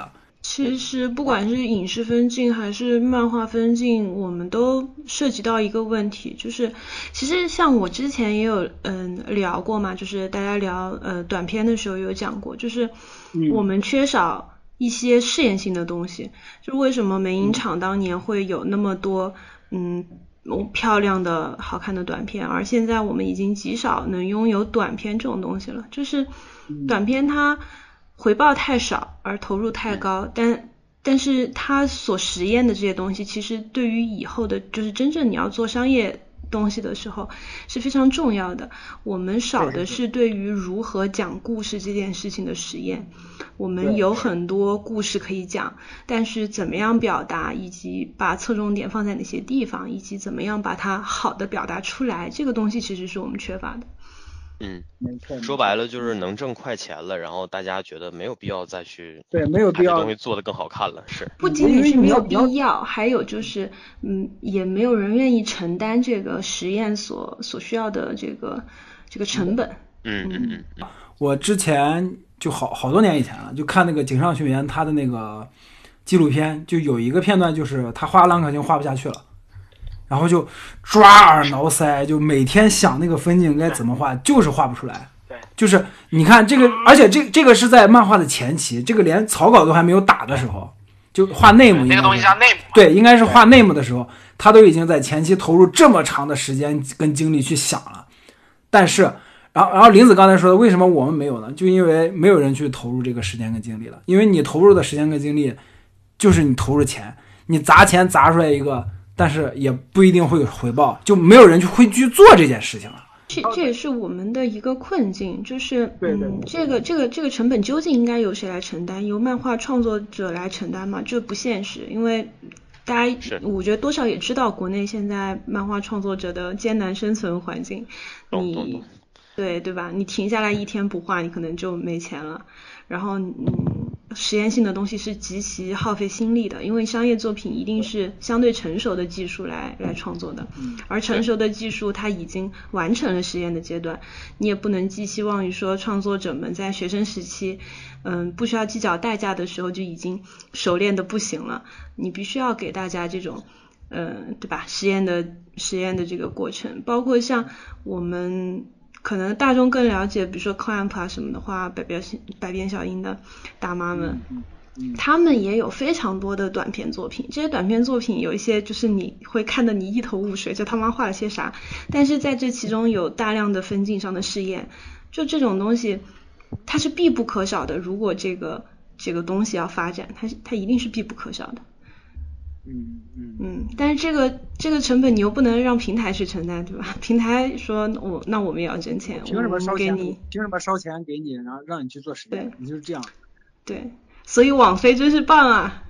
其实不管是影视分镜还是漫画分镜，我们都涉及到一个问题，就是其实像我之前也有嗯聊过嘛，就是大家聊呃短片的时候有讲过，就是我们缺少一些试验性的东西，就为什么美影厂当年会有那么多嗯漂亮的好看的短片，而现在我们已经极少能拥有短片这种东西了，就是短片它回报太少而投入太高，但但是它所实验的这些东西其实对于以后的就是真正你要做商业东西的时候是非常重要的。我们少的是对于如何讲故事这件事情的实验，我们有很多故事可以讲，但是怎么样表达以及把侧重点放在哪些地方以及怎么样把它好的表达出来，这个东西其实是我们缺乏的。 嗯，说白了就是能挣快钱了，然后大家觉得没有必要再去对没有必要把这东西做得更好看了，是不仅仅是没有必要，还有就是嗯，也没有人愿意承担这个实验所所需要的这个这个成本。 嗯嗯嗯， 我之前就好好多年以前了，就看那个井上雄彦他的那个纪录片，就有一个片段就是他画浪客行画不下去了。然后就抓耳挠腮，就每天想那个分镜该怎么画，就是画不出来。 对， 就是你看这个，而且这这个是在漫画的前期，这个连草稿都还没有打的时候，就画内幕。 那个东西叫内幕。 对，应该是画内幕的时候，他都已经在前期投入这么长的时间跟精力去想了。但是，然后然后林子刚才说的，为什么我们没有呢？就因为没有人去投入这个时间跟精力了。因为你投入的时间跟精力，就是你投入钱，你砸钱砸出来一个。但是也不一定会有回报，就没有人去会去做这件事情了。 这这也是我们的一个困境，就是对对嗯，这个这个这个成本究竟应该由谁来承担？由漫画创作者来承担吗？这不现实，因为大家我觉得多少也知道国内现在漫画创作者的艰难生存环境，你对对吧？你停下来一天不画，你可能就没钱了。然后嗯。实验性的东西是极其耗费心力的，因为商业作品一定是相对成熟的技术来来创作的，而成熟的技术它已经完成了实验的阶段，你也不能寄希望于说创作者们在学生时期嗯，不需要计较代价的时候就已经熟练的不行了，你必须要给大家这种嗯，对吧，实验的实验的这个过程，包括像我们可能大众更了解比如说 clamp 啊什么的话，百变百变小樱的大妈们、嗯嗯、他们也有非常多的短片作品，这些短片作品有一些就是你会看得你一头雾水，这他妈画了些啥，但是在这其中有大量的分镜上的试验，就这种东西它是必不可少的，如果这个这个东西要发展，它它一定是必不可少的。 嗯嗯嗯，但是这个这个成本你又不能让平台去承担，对吧？平台说我那我们也要挣钱， 凭什么烧钱给你？ 凭什么烧钱给你，然后让你去做实验？你就是这样。 对，所以网飞真是棒啊！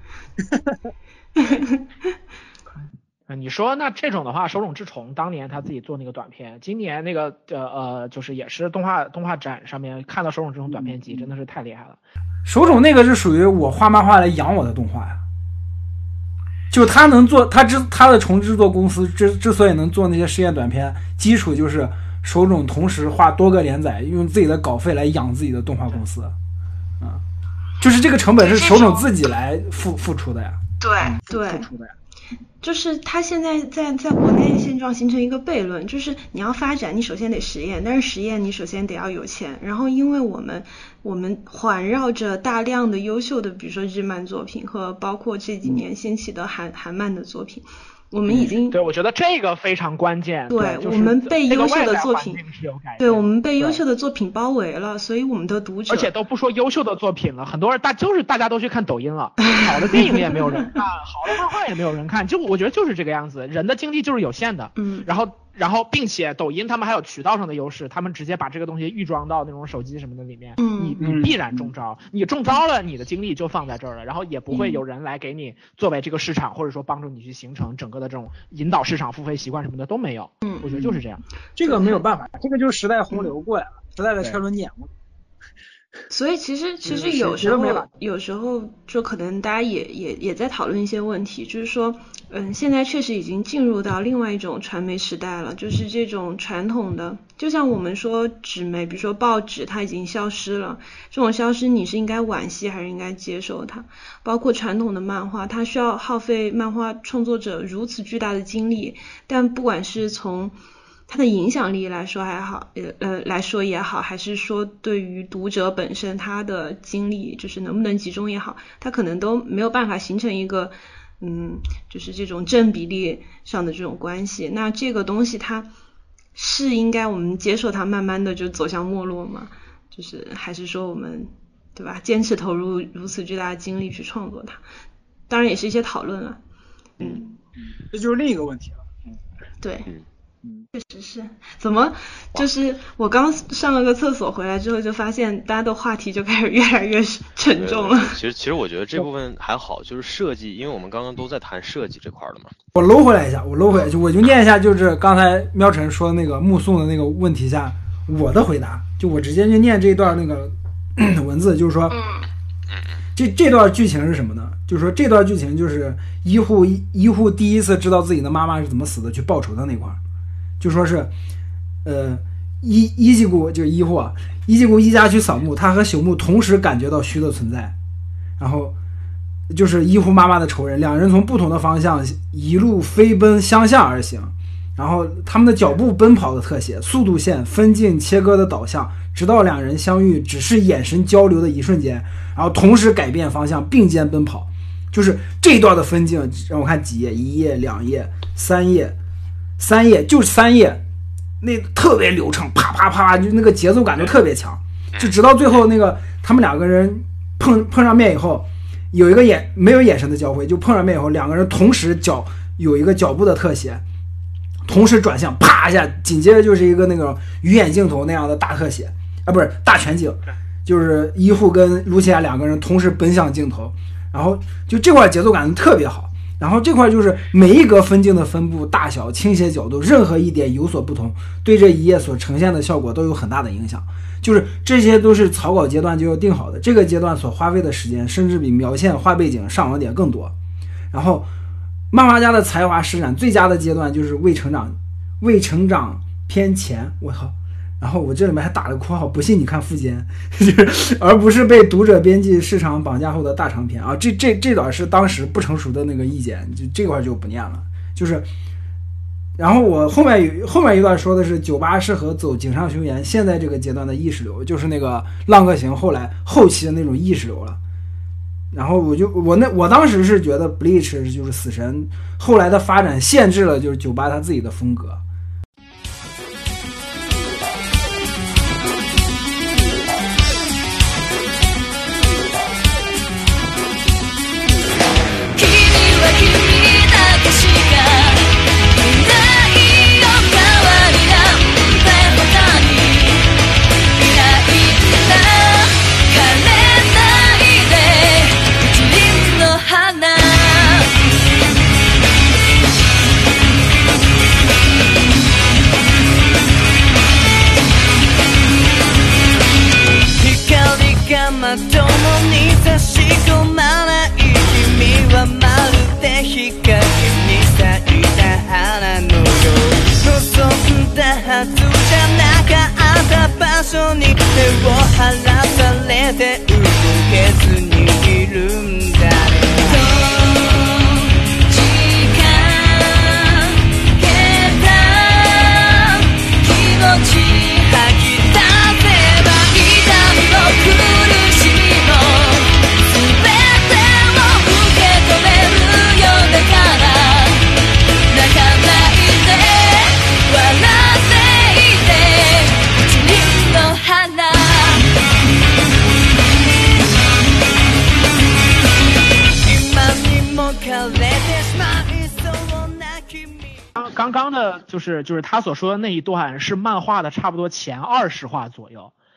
你说那这种的话，手冢治虫当年他自己做那个短片，今年那个呃呃，就是也是动画动画展上面看到手冢治虫短片集，真的是太厉害了。 手冢那个是属于我画漫画来养我的动画呀。就他能做，他之他的重制作公司之之所以能做那些实验短片，基础就是手冢同时画多个连载，用自己的稿费来养自己的动画公司，啊，就是这个成本是手冢自己来付付出的呀。 对、嗯、对，付出的呀。就是他现在在在国内现状形成一个悖论，就是你要发展，你首先得实验，但是实验你首先得要有钱，然后因为我们我们环绕着大量的优秀的，比如说日漫作品和包括这几年兴起的韩韩漫的作品，我们已经、 嗯、对，我觉得这个非常关键。 对， 对就是、 我们被优秀的作品，对，我们被优秀的的作品包围了，所以我们的读者， 而且都不说优秀的作品了，很多人大就是大家都去看抖音了，好的电影也没有人看，好的漫画也没有人看，就我觉得就是这个样子，人的精力就是有限的， 嗯， 然后。然后，并且抖音他们还有渠道上的优势，他们直接把这个东西预装到那种手机什么的里面， 嗯， 你你必然中招，你中招了，你的精力就放在这儿了，然后也不会有人来给你作为这个市场，或者说帮助你去形成整个的这种引导市场付费习惯什么的都没有， 嗯， 我觉得就是这样， 这个没有办法，这个就是时代洪流过来了，时代的车轮碾过。 所以其实其实有时候有时候就可能大家也也也在讨论一些问题，就是说，嗯，现在确实已经进入到另外一种传媒时代了，就是这种传统的，就像我们说纸媒，比如说报纸，它已经消失了，这种消失你是应该惋惜还是应该接受它？包括传统的漫画，它需要耗费漫画创作者如此巨大的精力，但不管是从它的影响力来说还好，呃呃来说也好，还是说对于读者本身他的精力就是能不能集中也好，他可能都没有办法形成一个嗯就是这种正比例上的这种关系。那这个东西它是应该我们接受它慢慢的就走向没落吗？就是还是说我们对吧坚持投入如此巨大的精力去创作它？当然也是一些讨论了。嗯， 这就是另一个问题了。 嗯，对。嗯，确实是。怎么就是我刚上了个厕所回来之后，就发现大家的话题就开始越来越沉重了。 其实其实我觉得这部分还好，就是设计，因为我们刚刚都在谈设计这块的嘛。 我搂回来一下，我搂回来就我就念一下，就是刚才喵晨说那个目送的那个问题下我的回答，就我直接就念这一段那个文字，就是说，这这段剧情是什么呢？就是说这段剧情就是医护医护第一次知道自己的妈妈是怎么死的，去报仇的那块儿。就说是，呃，一一季谷就是医护啊，一季谷一家去扫墓，他和朽木同时感觉到虚的存在，然后就是医护妈妈的仇人，两人从不同的方向一路飞奔相向而行，然后他们的脚步奔跑的特写、速度线、分镜切割的导向，直到两人相遇，只是眼神交流的一瞬间，然后同时改变方向，并肩奔跑。就是这一段的分镜，让我看几页，一页、两页、三页。三页就是三页，那特别流畅，啪啪啪，就那个节奏感就特别强，就直到最后那个他们两个人碰碰上面以后，有一个眼没有眼神的交汇，就碰上面以后，两个人同时脚有一个脚步的特写，同时转向，啪一下，紧接着就是一个那个鱼眼镜头那样的大特写啊，不是大全景，就是医护跟卢奇亚两个人同时奔向镜头，然后就这块节奏感特别好。然后这块就是每一格分镜的分布、大小、倾斜角度，任何一点有所不同，对这一页所呈现的效果都有很大的影响。就是这些都是草稿阶段就要定好的，这个阶段所花费的时间，甚至比描线、画背景、上网点更多。然后，漫画家的才华施展最佳的阶段就是未成长、未成长篇前，我靠！然后我这里面还打了括号，不信你看附件，就是而不是被读者编辑市场绑架后的大长篇啊！这这这段是当时不成熟的那个意见，就这块就不念了。就是，然后我后面有后面一段说的是酒吧适合走井上雄彦现在这个阶段的意识流，就是那个浪客行后来后期的那种意识流了。然后我就我那我当时是觉得 Bleach 就是死神后来的发展限制了就是酒吧他自己的风格。 まともに差し込まない君はまるで日陰に咲いた花のよう望んだはずじゃなかった場所に手を離されて動けずにいるんだね時間けた気持ち吐き出せば痛みを苦しみ刚刚的就是就是他所说的那一段是漫画的差不多前二十话左右，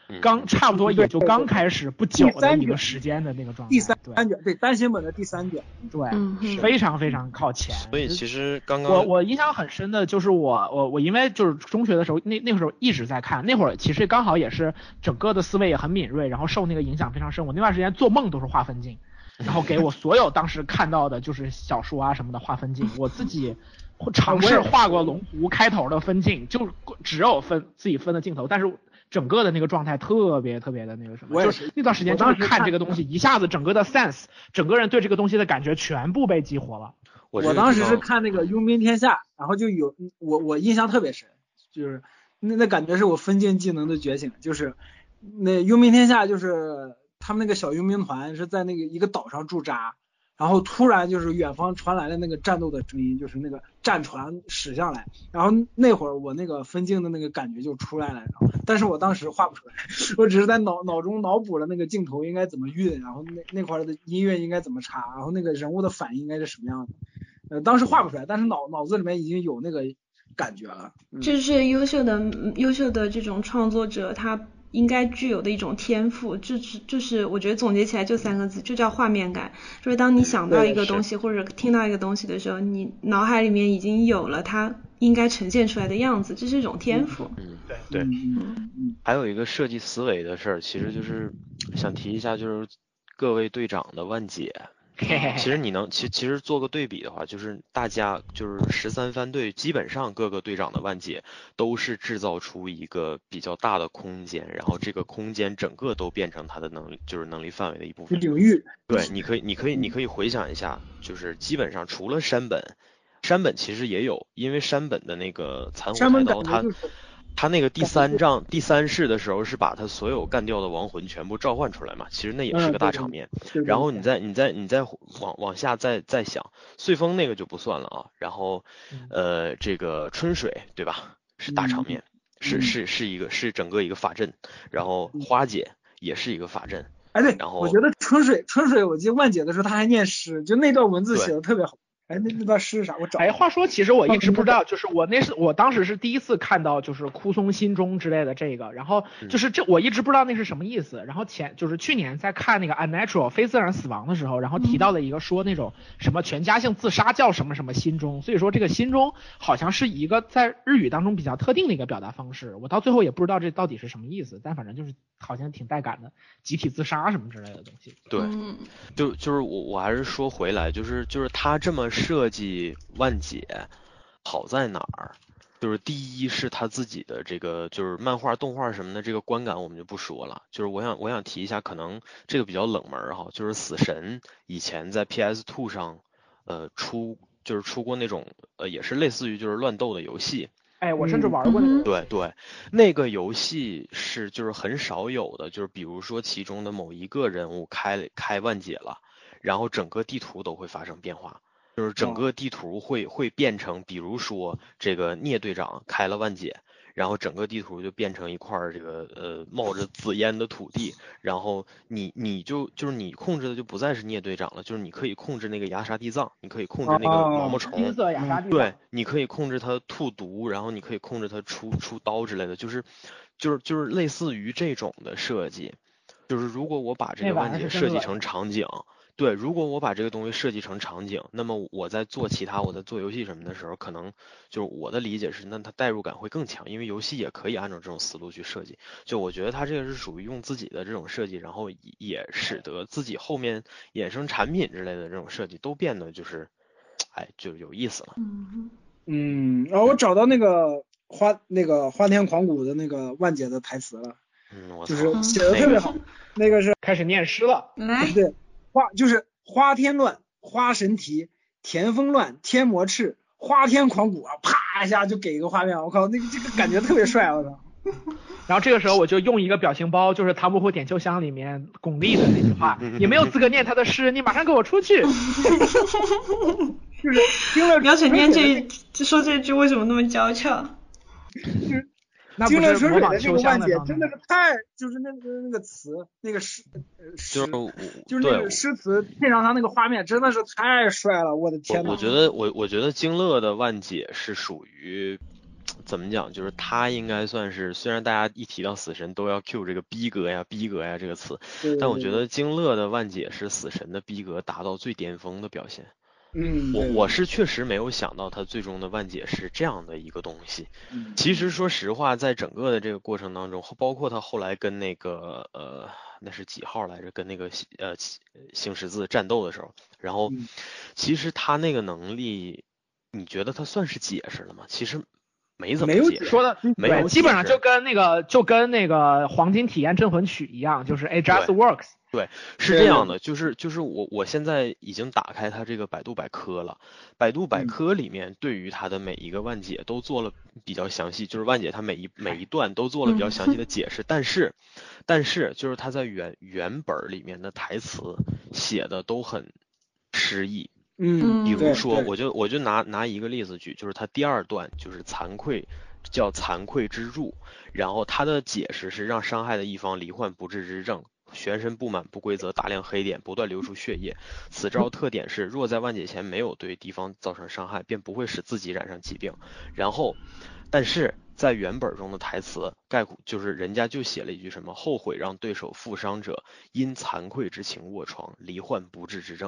刚差不多也就刚开始不久的一个时间的那个状态。 第三卷，对单行本的第三卷， 对，嗯、非常非常靠前。 所以其实刚刚我我印象很深的就是我我我因为就是中学的时候那那个时候一直在看，那会儿其实刚好也是整个的思维也很敏锐，然后受那个影响非常深。我那段时间做梦都是画分镜。然后给我所有当时看到的就是小说啊什么的画分镜，我自己尝试画过龙湖开头的分镜，就只有分自己分的镜头，但是整个的那个状态特别特别的那个什么，就是那段时间就是看这个东西，一下子整个的 sense， 整个人对这个东西的感觉全部被激活了。 我当时是看那个佣兵天下，然后就有我我印象特别深，就是那那感觉是我分镜技能的觉醒，就是那佣兵天下就是他们那个小佣兵团是在那个一个岛上驻扎，然后突然就是远方传来了那个战斗的声音，就是那个战船驶向来，然后那会儿我那个分镜的那个感觉就出来了，但是我当时画不出来，我只是在脑脑中脑补了那个镜头应该怎么运，然后那那块的音乐应该怎么插，然后那个人物的反应应该是什么样的，呃，当时画不出来，但是脑脑子里面已经有那个感觉了。 嗯、这是优秀的优秀的这种创作者他应该具有的一种天赋，就是就是我觉得总结起来就三个字，就叫画面感。就是当你想到一个东西或者听到一个东西的时候，你脑海里面已经有了它应该呈现出来的样子，这是一种天赋。 嗯，对对。嗯，还有一个设计思维的事儿，其实就是想提一下，就是各位队长的万解。其实你能，其其实做个对比的话，就是大家就是十三番队基本上各个队长的万解都是制造出一个比较大的空间，然后这个空间整个都变成他的能力，就是能力范围的一部分领域。 对，你可以你可以你可以回想一下，就是基本上除了山本，山本其实也有，因为山本的那个残火太刀他。他那个第三章第三式的时候是把他所有干掉的亡魂全部召唤出来嘛，其实那也是个大场面。嗯、然后你再你再你再往往下再再想，岁风那个就不算了啊。然后呃这个春水对吧，是大场面，嗯、是是是一个是整个一个法阵。然后花姐也是一个法阵。 哎对， 然后我觉得春水春水我记得万姐的时候他还念诗，就那段文字写的特别好。哎，那那段诗是啥？我找。 哎，话说，其实我一直不知道，就是我那是我当时是第一次看到，就是枯松心中之类的这个，然后就是这我一直不知道那是什么意思。然后前就是去年在看那个 Unnatural 非自然死亡的时候，然后提到了一个说那种什么全家性自杀叫什么什么心中，所以说这个心中好像是一个在日语当中比较特定的一个表达方式。我到最后也不知道这到底是什么意思，但反正就是好像挺带感的，集体自杀什么之类的东西。 对，就就是我我还是说回来，就是就是他这么设计万解好在哪儿？就是第一是他自己的这个就是漫画动画什么的这个观感我们就不说了，就是我想我想提一下，可能这个比较冷门哈，就是死神以前在 P S 二 上呃出就是出过那种呃也是类似于就是乱斗的游戏。 哎，我甚至玩过那个、 嗯。对对，那个游戏是就是很少有的，就是比如说其中的某一个人物开开万解了，然后整个地图都会发生变化。就是整个地图会会变成，比如说这个聂队长开了万解，然后整个地图就变成一块这个呃冒着紫烟的土地，然后你你就就是你控制的就不再是聂队长了，就是你可以控制那个牙沙地藏，你可以控制那个毛毛虫， 金色牙沙地藏， 对，你可以控制它吐毒，然后你可以控制它出出刀之类的，就是就是就是类似于这种的设计，就是如果我把这个万解设计成场景。对，如果我把这个东西设计成场景，那么我在做其他，我在做游戏什么的时候，可能就是我的理解是，那它代入感会更强，因为游戏也可以按照这种思路去设计。就我觉得它这个是属于用自己的这种设计，然后也使得自己后面衍生产品之类的这种设计都变得就是，哎，就有意思了。 嗯，然后我找到那个花那个花田狂谷的那个万解的台词了， 嗯，我就是写的特别好，那个是开始念诗了， 来， 对。花就是花天乱，花神啼，田风乱，天魔赤，花天狂谷啊，啪一下就给一个画面，我靠，那个这个感觉特别帅，我操！ 然后这个时候我就用一个表情包，就是《唐伯虎点秋香》里面巩俐的那句话，你没有资格念他的诗，你马上给我出去。 就是听了苗晨念这说这句为什么那么娇俏？ 就是听了春水的这个万解真的是太就是那个那个词那个诗诗就是那个诗词配上他那个画面真的是太帅了，我的天哪！ 我觉得我我觉得京乐的万解是属于怎么讲，就是他应该算是，虽然大家一提到死神都要 Q 这个逼格呀逼格呀这个词，但我觉得京乐的万解是死神的逼格达到最巅峰的表现。 嗯， 我我是确实没有想到他最终的万解是这样的一个东西。其实说实话，在整个的这个过程当中，包括他后来跟那个呃那是几号来着，跟那个呃星十字战斗的时候，然后其实他那个能力，你觉得他算是解释了吗？其实没怎么解释， 说的没有， 基本上就跟那个就跟那个黄金体验镇魂曲一样，就是 it just works。 对，是这样的，就是就是我我现在已经打开它这个百度百科了，百度百科里面对于它的每一个万解都做了比较详细，就是万解它每一每一段都做了比较详细的解释，但是但是就是它在原原本里面的台词写的都很诗意。 嗯， 比如说，我就我就拿拿一个例子举，就是他第二段就是惭愧，叫惭愧之入，然后他的解释是让伤害的一方罹患不治之症，全身布满不规则大量黑点，不断流出血液。此招特点是，若在万解前没有对敌方造成伤害，便不会使自己染上疾病。然后，但是在原本中的台词概括就是人家就写了一句什么：后悔让对手负伤者，因惭愧之情卧床，罹患不治之症。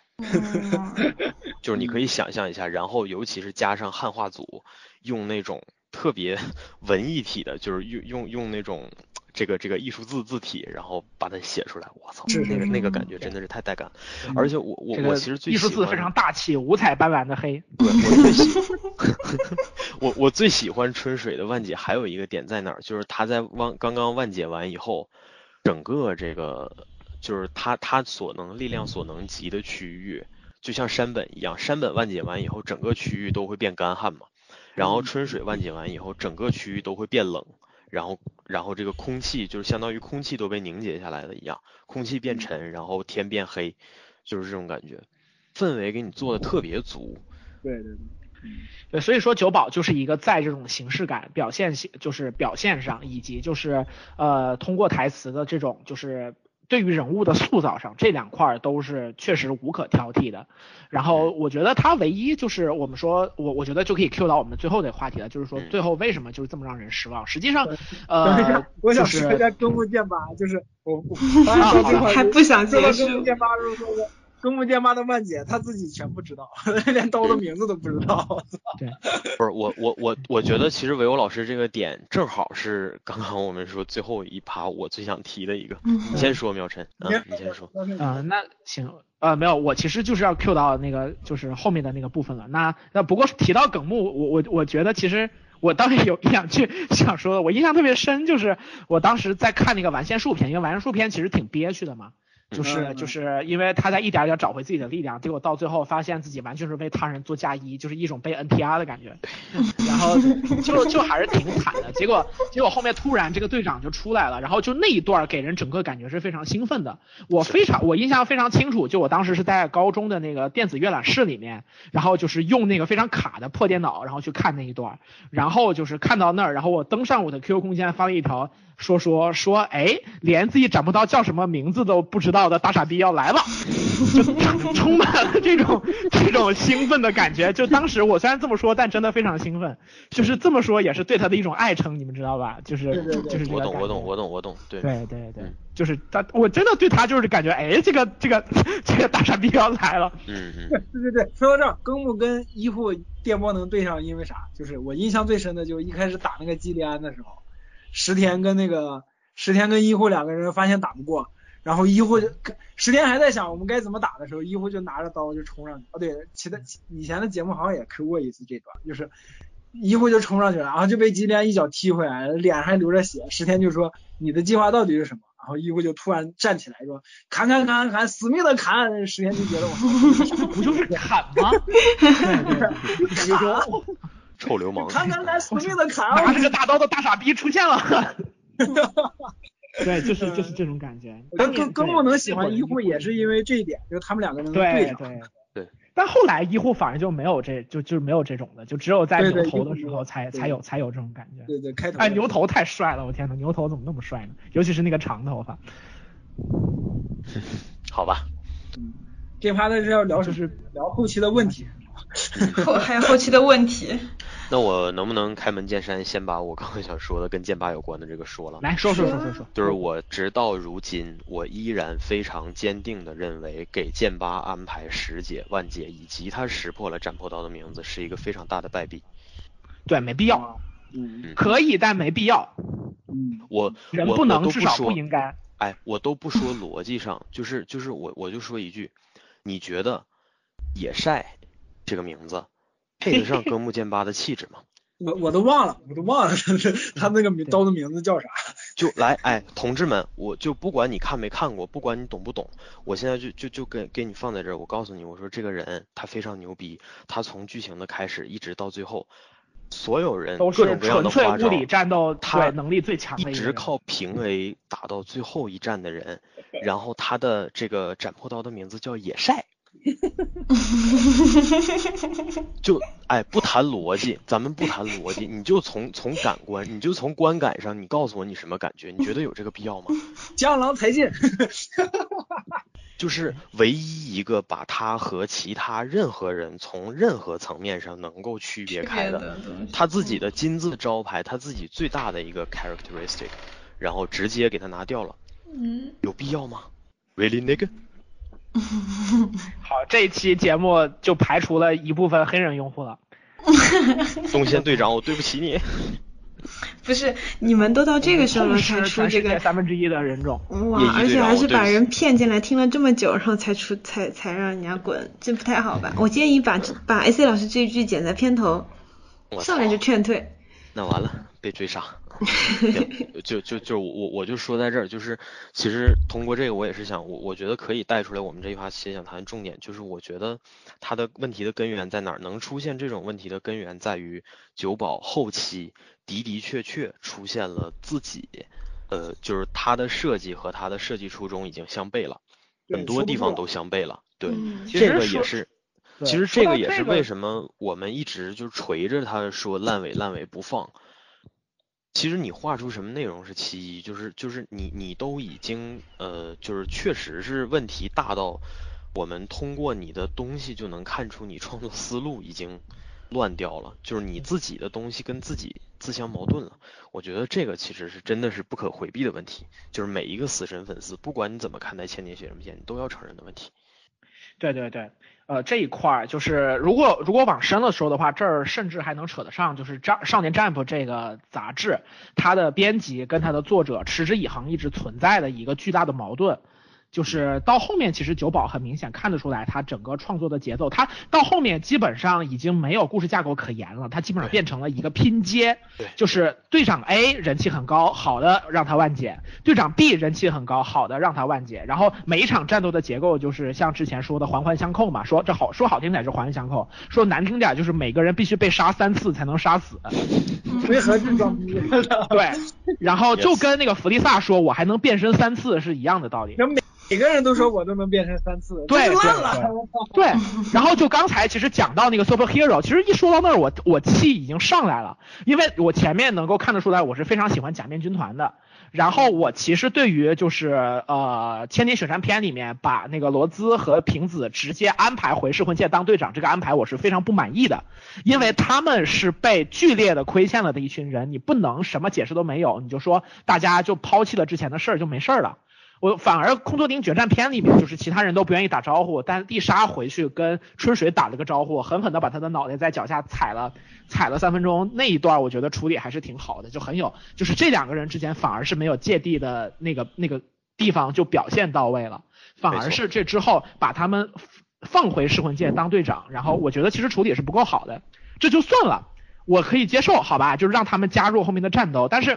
就是你可以想象一下，然后尤其是加上汉化组用那种特别文艺体的，就是用用用那种这个这个艺术字字体，然后把它写出来，我操，那个那个感觉真的是太带感了。而且我我我其实最艺术字非常大气，五彩斑斓的黑。 对，我最喜我我最喜欢春水的万解，还有一个点在哪儿，就是他在万刚刚万解完以后，整个这个。就是他他所能力量所能及的区域，就像山本一样，山本万解完以后，整个区域都会变干旱嘛。然后春水万解完以后，整个区域都会变冷，然后然后这个空气就是相当于空气都被凝结下来的一样，空气变沉，然后天变黑，就是这种感觉，氛围给你做的特别足。 对对对。 对，所以说九保就是一个在这种形式感表现就是表现上，以及就是呃通过台词的这种就是对于人物的塑造上，这两块都是确实无可挑剔的。然后我觉得他唯一就是我们说我我觉得就可以 Q 到我们最后的话题了，就是说最后为什么就是这么让人失望。实际上呃我想说一下根木剑八，就是我我还不想结束。 根木剑八是说的根木剑八的万解他自己全不知道，连刀的名字都不知道。 对， 不是我我我我觉得其实唯欧老师这个点正好是刚刚我们说最后一趴我最想提的一个。 嗯、 你先说，苗晨，嗯，你先说。 呃，那行，呃，没有，我其实就是要 Q 到那个就是后面的那个部分了。那那不过提到梗木，我我我觉得其实。我当时有想去想说的，我印象特别深，就是我当时在看那个完线术篇，因为完线术篇其实挺憋屈的嘛，就是就是因为他在一点点找回自己的力量，结果到最后发现自己完全是为他人做嫁衣，就是一种被 N T R 的感觉，然后就就还是挺惨的。结果结果后面突然这个队长就出来了，然后就那一段给人整个感觉是非常兴奋的。我非常我印象非常清楚，就我当时是在高中的那个电子阅览室里面，然后就是用那个非常卡的破电脑，然后去看那一段，然后就是看到那儿，然后我登上我的 Q Q 空间发了一条。说说说，哎，连自己找不到叫什么名字都不知道的大傻逼要来了，就充满了这种这种兴奋的感觉。就当时我虽然这么说，但真的非常兴奋。就是这么说也是对他的一种爱称，你们知道吧？就是对对对就是这个我懂我懂我懂我懂，对对对对，嗯、就是他，我真的对他就是感觉，哎，这个这个这个大傻逼要来了。 嗯嗯， 对对对，说到这儿，根木跟医护电波能对上，因为啥？就是我印象最深的，就是一开始打那个基利安的时候。石田跟那个石田跟医护两个人发现打不过，然后医护就石田还在想我们该怎么打的时候，医护就拿着刀就冲上去。哦，对，其他以前的节目好像也 Q 过一次这段，就是医护就冲上去了，然后就被吉连一脚踢回来，脸上还流着血。石田就说你的计划到底是什么？然后医护就突然站起来说砍砍砍砍，死命的砍。石田就觉得我不就是砍吗？对对， 就说。 臭流氓！ 砍砍砍，死命的砍！ 拿着个大刀的大傻逼出现了。对，就是就是这种感觉。 根根木能喜欢医护也是因为这一点，就是他们两个人能对上。 对对。 但后来医护反而就没有这就就没有这种的，就只有在牛头的时候才才有才有这种感觉。 对对，开头。 哎，牛头太帅了，我天哪，牛头怎么那么帅呢？尤其是那个长头发。 好吧。 嗯，这趴的是要聊就是聊后期的问题。 后还有后期的问题。 那我能不能开门见山，先把我刚刚想说的跟剑八有关的这个说了？ 来说说说说说。 就是我直到如今，我依然非常坚定的认为，给剑八安排十解万解，以及他识破了斩破刀的名字，是一个非常大的败笔。 对，没必要。 嗯， 可以，但没必要。 嗯， 我人不能，至少不应该。 哎，我都不说逻辑上，就是就是我我就说一句，你觉得野晒这个名字配得上歌木剑八的气质吗？ 我我都忘了，我都忘了他他那个名刀的名字叫啥。 就来，哎，同志们，我就不管你看没看过，不管你懂不懂，我现在就就就给给你放在这儿，我告诉你，我说这个人他非常牛逼，他从剧情的开始一直到最后，所有人都是纯粹物理战斗， 他能力最强的一直靠平 A 打到最后一战的人，然后他的这个斩破刀的名字叫野晒。就哎，不谈逻辑，咱们不谈逻辑，你就从从感官，你就从观感上，你告诉我你什么感觉？你觉得有这个必要吗？ 江郎才尽。 就是唯一一个把他和其他任何人从任何层面上能够区别开的，他自己的金字招牌，他自己最大的一个 characteristic， 然后直接给他拿掉了，嗯，有必要吗 ？Really nigga？ 好，这一期节目就排除了一部分黑人用户了。 东仙队长，我对不起你。 不是，你们都到这个时候了才出这个三分之一的人种， 哇！而且还是把人骗进来，听了这么久，然后才出才才让人家滚，这不太好吧？我建议把把 A C 老师这一句剪在片头，上来就劝退。 那完了，被追杀。就就就我我就说在这儿，就是其实通过这个，我也是想，我我觉得可以带出来我们这一趴其实想谈重点，就是我觉得它的问题的根源在哪儿？能出现这种问题的根源在于九保后期的的确确出现了自己，呃，就是它的设计和它的设计初衷已经相悖了，很多地方都相悖了。对， 嗯、 这个也是。其实这个也是为什么我们一直就锤着他说烂尾烂尾不放。其实你画出什么内容是其一，就是就是你你都已经呃就是确实是问题大到我们通过你的东西就能看出你创作思路已经乱掉了，就是你自己的东西跟自己自相矛盾了。我觉得这个其实是真的是不可回避的问题，就是每一个死神粉丝，不管你怎么看待千年血神剑，你都要承认的问题。 对对对，呃，这一块就是如果如果往深了说的话，这儿甚至还能扯得上，就是《少年 Jump》这个杂志，它的编辑跟它的作者持之以恒一直存在的一个巨大的矛盾。就是到后面，其实九保很明显看得出来，他整个创作的节奏，他到后面基本上已经没有故事架构可言了，他基本上变成了一个拼接，就是队长 A 人气很高，好的让他万解，队长 B 人气很高，好的让他万解，然后每一场战斗的结构就是像之前说的环环相扣嘛，说这好说好听点是环环相扣，说难听点就是每个人必须被杀三次才能杀死， 回合制装逼。 对，然后就跟那个弗利萨说我还能变身三次是一样的道理。 每个人都说我都能变成三次， 对对对，对，然后就刚才其实讲到那个 superhero， 其实一说到那儿我我气已经上来了，因为我前面能够看得出来我是非常喜欢假面军团的，然后我其实对于就是呃千年雪山篇里面把那个罗兹和平子直接安排回噬魂界当队长这个安排我是非常不满意的，因为他们是被剧烈的亏欠了的一群人，你不能什么解释都没有，你就说大家就抛弃了之前的事儿就没事了。我反而空作町决战篇里面就是其他人都不愿意打招呼，但丽莎回去跟春水打了个招呼，狠狠的把他的脑袋在脚下踩了踩了三分钟，那一段我觉得处理还是挺好的，就很有就是这两个人之间反而是没有芥蒂的那个那个地方就表现到位了，反而是这之后把他们放回噬魂界当队长，然后我觉得其实处理也是不够好的，这就算了，我可以接受好吧，就是让他们加入后面的战斗，但是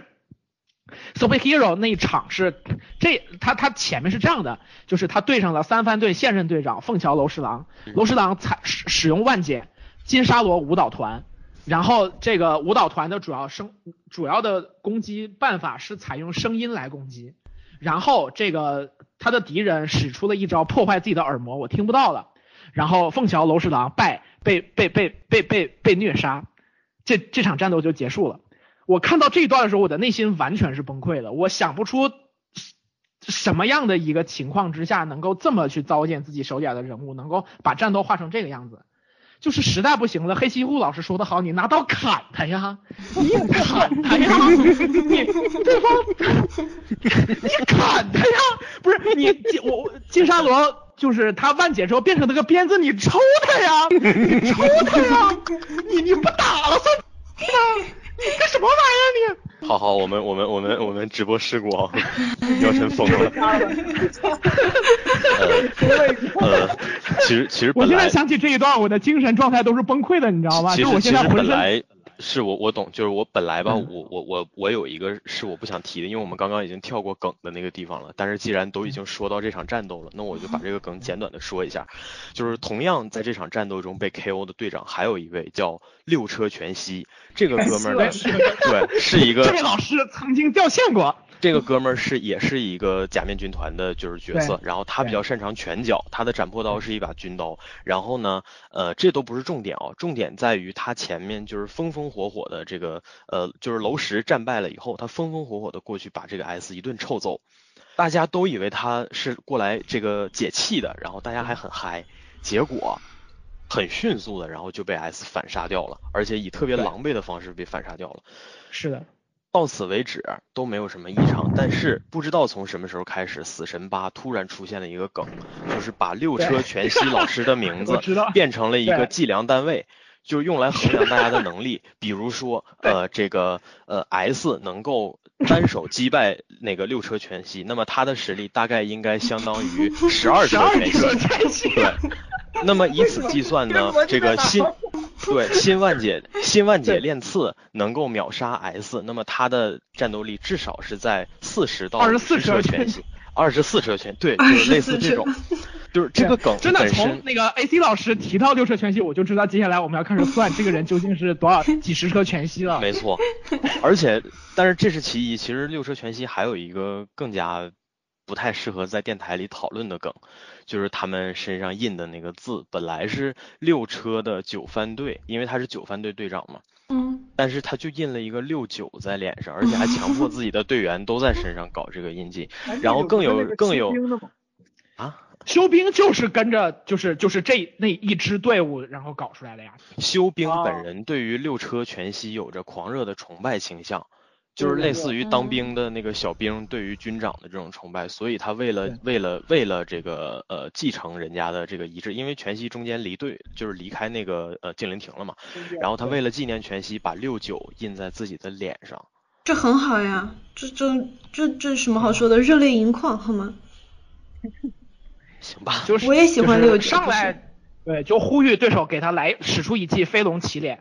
superhero 那一场是这他他前面是这样的，就是他对上了三番队现任队长凤桥楼十郎，楼十郎采使使用万解金沙罗舞蹈团，然后这个舞蹈团的主要声主要的攻击办法是采用声音来攻击，然后这个他的敌人使出了一招破坏自己的耳膜，我听不到了，然后凤桥楼十郎败被被被被被被虐杀，这这场战斗就结束了。我看到这一段的时候，我的内心完全是崩溃的。我想不出什么样的一个情况之下能够这么去糟践自己手底下的人物，能够把战斗画成这个样子。 就是实在不行了，黑崎一护老师说的好，你拿刀砍他呀，你砍他呀，你对方你砍他呀，不是你我金沙罗就是他万解之后变成那个鞭子，你抽他呀，你抽他呀，你你不打了算吗？你干什么玩意儿你？ 好好，我们我们我们我们直播事故啊，姚晨疯了。呃呃，其实其实我现在想起这一段，我的精神状态都是崩溃的，你知道吗？ 其实就我现在其实浑身。 本来是我我懂，就是我本来吧， 嗯、 我我我我有一个是我不想提的，因为我们刚刚已经跳过梗的那个地方了。但是既然都已经说到这场战斗了，那我就把这个梗简短的说一下。就是同样在这场战斗中被 K O 的队长还有一位叫六车全息，这个哥们儿呢，对，是一个这位老师曾经掉线过。 这个哥们儿是也是一个假面军团的就是角色，然后他比较擅长拳脚，他的斩破刀是一把军刀，然后呢，呃，这都不是重点哦，重点在于他前面就是风风火火的这个呃，就是楼石战败了以后，他风风火火的过去把这个 S 一顿臭揍，大家都以为他是过来这个解气的，然后大家还很嗨，结果很迅速的，然后就被 S 反杀掉了，而且以特别狼狈的方式被反杀掉了。 是的。 到此为止都没有什么异常，但是不知道从什么时候开始，死神八突然出现了一个梗，就是把六车全息老师的名字变成了一个计量单位，就用来衡量大家的能力。比如说，呃，这个呃 S 能够单手击败那个六车全息，那么他的实力大概应该相当于十二车全息。对。那么以此计算呢，这个新对新万解新万解练刺能够秒杀 S， 那么他的战斗力至少是在四十到五十车全息，二十四车全，对，就是类似这种，就是这个梗真的从那个 A C 老师提到六车全息，我就知道接下来我们要开始算这个人究竟是多少几十车全息了。 没错，而且但是这是其一，其实六车全息还有一个更加不太适合在电台里讨论的梗，就是他们身上印的那个字本来是六车的九番队，因为他是九番队队长嘛， 嗯， 但是他就印了一个六九在脸上，而且还强迫自己的队员都在身上搞这个印记，然后更有更有啊， 修兵就是跟着就是就是这那一支队伍然后搞出来的呀。 修兵本人对于六车全息有着狂热的崇拜倾向。就是类似于当兵的那个小兵对于军长的这种崇拜，所以他为了为了为了这个呃继承人家的这个遗志，因为全息中间离队就是离开那个呃禁灵亭了嘛，然后他为了纪念全息，把六九印在自己的脸上， 这很好呀，这这这这什么好说的，热泪盈眶好吗？ 行吧， 就是我也喜欢六九， 上来对就呼吁对手给他来使出一记飞龙骑脸。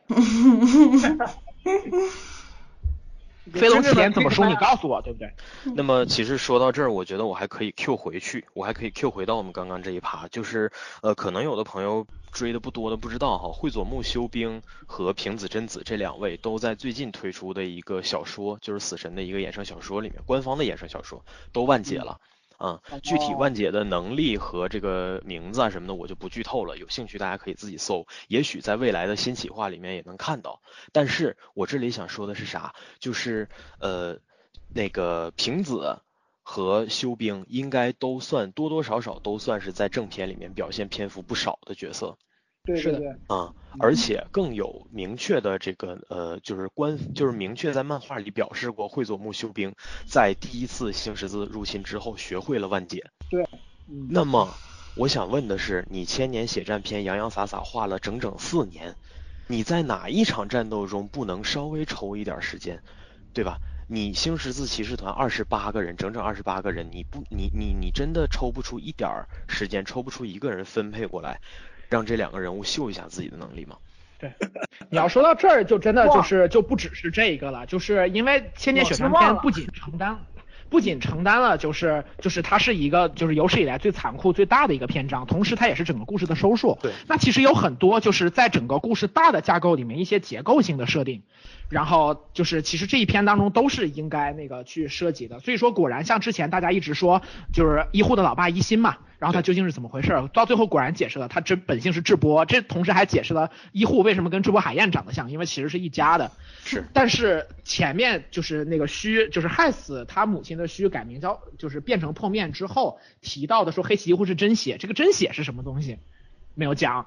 飞龙起点怎么说？你告诉我，对不对？ 那么其实说到这儿，我觉得我还可以 Q 回去，我还可以 Q 回到我们刚刚这一趴，就是呃，可能有的朋友追的不多的不知道哈，会佐木修兵和平子真子这两位都在最近推出的一个小说，就是死神的一个衍生小说里面，官方的衍生小说都完结了。啊、嗯，具体万解的能力和这个名字啊什么的我就不剧透了，有兴趣大家可以自己搜，也许在未来的新企划里面也能看到。但是我这里想说的是啥，就是呃那个平子和修兵应该都算多多少少都算是在正片里面表现篇幅不少的角色。 对对对， 啊、嗯，而且更有明确的这个呃，就是官，就是明确在漫画里表示过，会佐木修兵在第一次星十字入侵之后学会了万解。 对， 嗯、那么我想问的是，你千年血战篇洋洋洒洒画了整整四年，你在哪一场战斗中不能稍微抽一点时间，对吧？你星十字骑士团二十八个人，整整二十八个人，你不，你你你真的抽不出一点时间，抽不出一个人分配过来？让这两个人物秀一下自己的能力吗？ 对，你要说到这儿，就真的就是就不只是这个了，就是因为千年血战篇不仅承担，不仅承担了就是就是它是一个就是有史以来最残酷最大的一个篇章，同时它也是整个故事的收束。 对， 那其实有很多就是在整个故事大的架构里面一些结构性的设定。然后就是其实这一篇当中都是应该那个去涉及的，所以说果然像之前大家一直说就是医护的老爸一心嘛，然后他究竟是怎么回事，到最后果然解释了他真本性是智波，这同时还解释了医护为什么跟智波海燕长得像，因为其实是一家的。 是， 但是前面就是那个虚就是害死他母亲的虚改名叫就是变成破面之后提到的说黑崎医护是真血，这个真血是什么东西没有讲。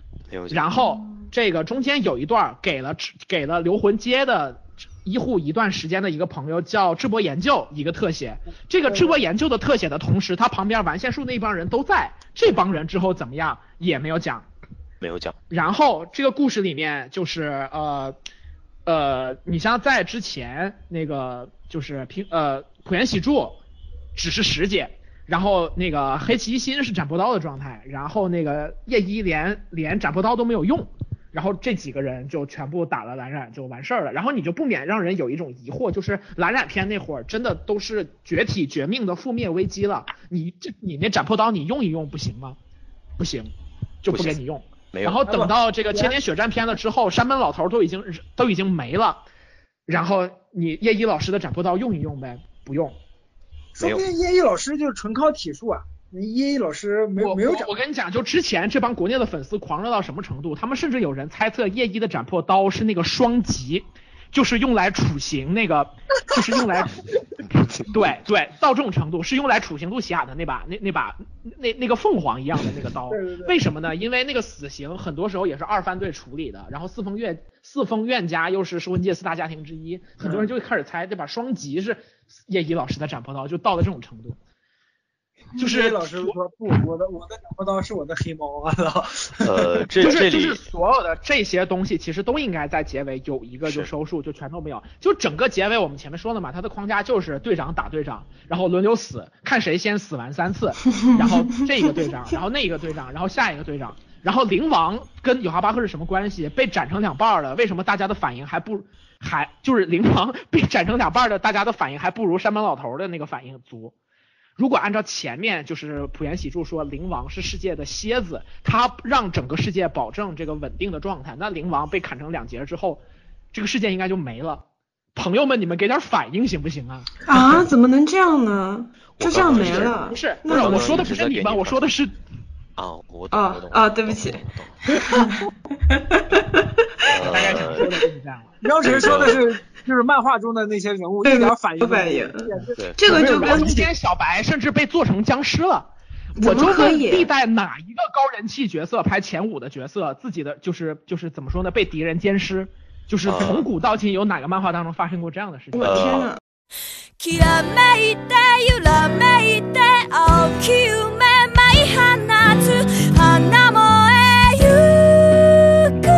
没有讲。 然后这个中间有一段给了给了流魂街的医护一段时间的一个朋友叫智博研究一个特写，这个智博研究的特写的同时，他旁边完线树那帮人都在，这帮人之后怎么样也没有讲， 没有讲。 然后这个故事里面就是呃呃，你像在之前那个就是平呃浦原喜柱只是十姐，然后那个黑崎一心是斩破刀的状态，然后那个叶一连连斩破刀都没有用。然后这几个人就全部打了蓝染就完事儿了，然后你就不免让人有一种疑惑，就是蓝染篇那会儿真的都是绝体绝命的覆灭危机了，你这你那斩破刀你用一用不行吗？不行，就不给你用。然后等到这个千年血战篇了之后，山本老头都已经都已经没了，然后你叶一老师的斩破刀用一用呗？不用。 说不定叶一老师就是纯靠体术啊。叶一老师没有没有讲，我跟你讲，就之前这帮国内的粉丝狂热到什么程度，他们甚至有人猜测叶一的斩破刀是那个双极，就是用来处刑那个，就是用来，对对，到这种程度是用来处刑露西亚的那把那那把那那个凤凰一样的那个刀。 对对对。 为什么呢？因为那个死刑很多时候也是二番队处理的，然后四封院四封院家又是收魂界四大家庭之一，很多人就开始猜这把双极是叶一老师的斩破刀，就到了这种程度。就是老师说不，我的我的斩破刀是我的黑猫啊！ 呃，这就是就是所有的这些东西其实都应该在结尾有一个就收束，就全都没有。就整个结尾我们前面说了嘛，它的框架就是队长打队长，然后轮流死，看谁先死完三次，然后这个队长，然后那一个队长，然后下一个队长，然后灵王跟有哈巴克是什么关系？被斩成两半了，为什么大家的反应还不还就是灵王被斩成两半的，大家的反应还不如山本老头的那个反应足？如果按照前面就是浦原喜柱说灵王是世界的蝎子，他让整个世界保证这个稳定的状态，那灵王被砍成两截之后，这个世界应该就没了。朋友们，你们给点反应行不行啊？ 啊，怎么能这样呢？就这样没了？ 不是，不是，我说的不是你们，我说的是啊，我懂， 哦哦，对不起。 大概想说的就是这样。 当时说的是就是漫画中的那些人物一点反应反应， 对， 这个就跟中间小白甚至被做成僵尸了。我就问历代哪一个高人气角色排前五的角色，自己的就是就是怎么说呢，被敌人奸尸，就是从古到今有哪个漫画当中发生过这样的事情？ 我天哪！ きらめいて揺らめいて青き夢舞い放つ花燃えゆく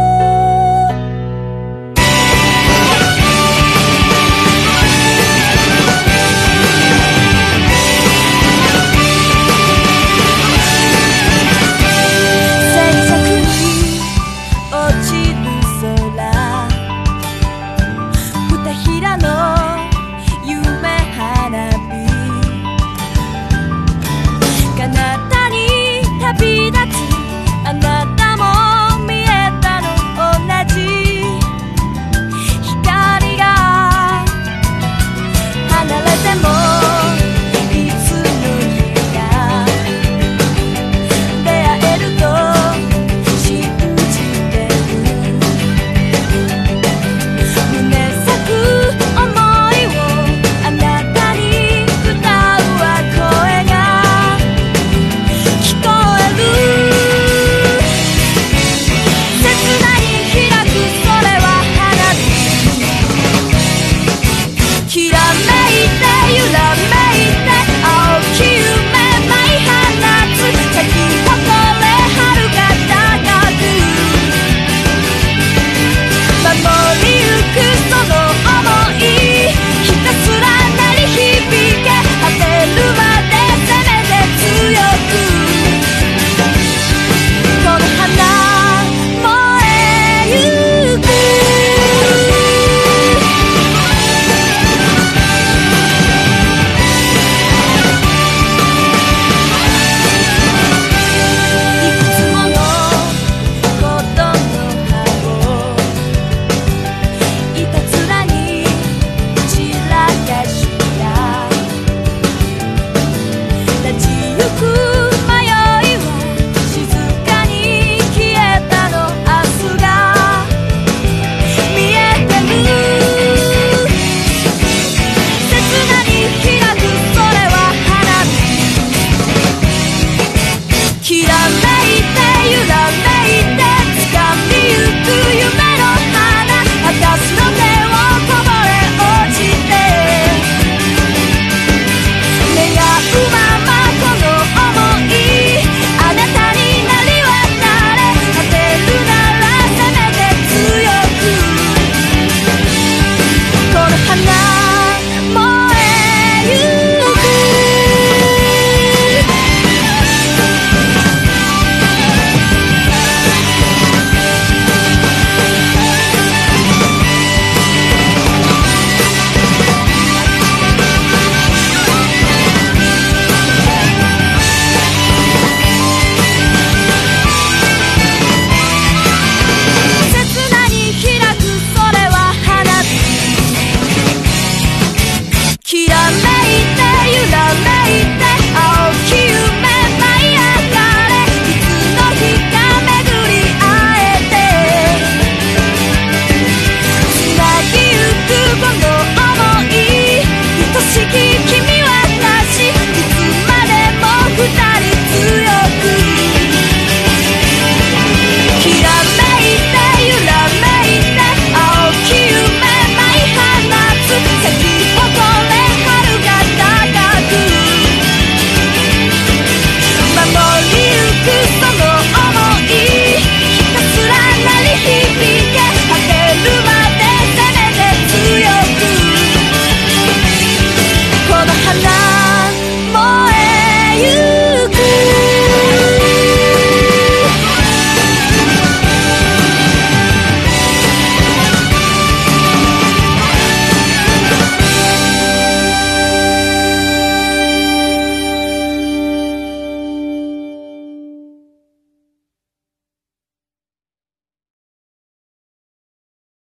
静寂に落ちる空二ひらの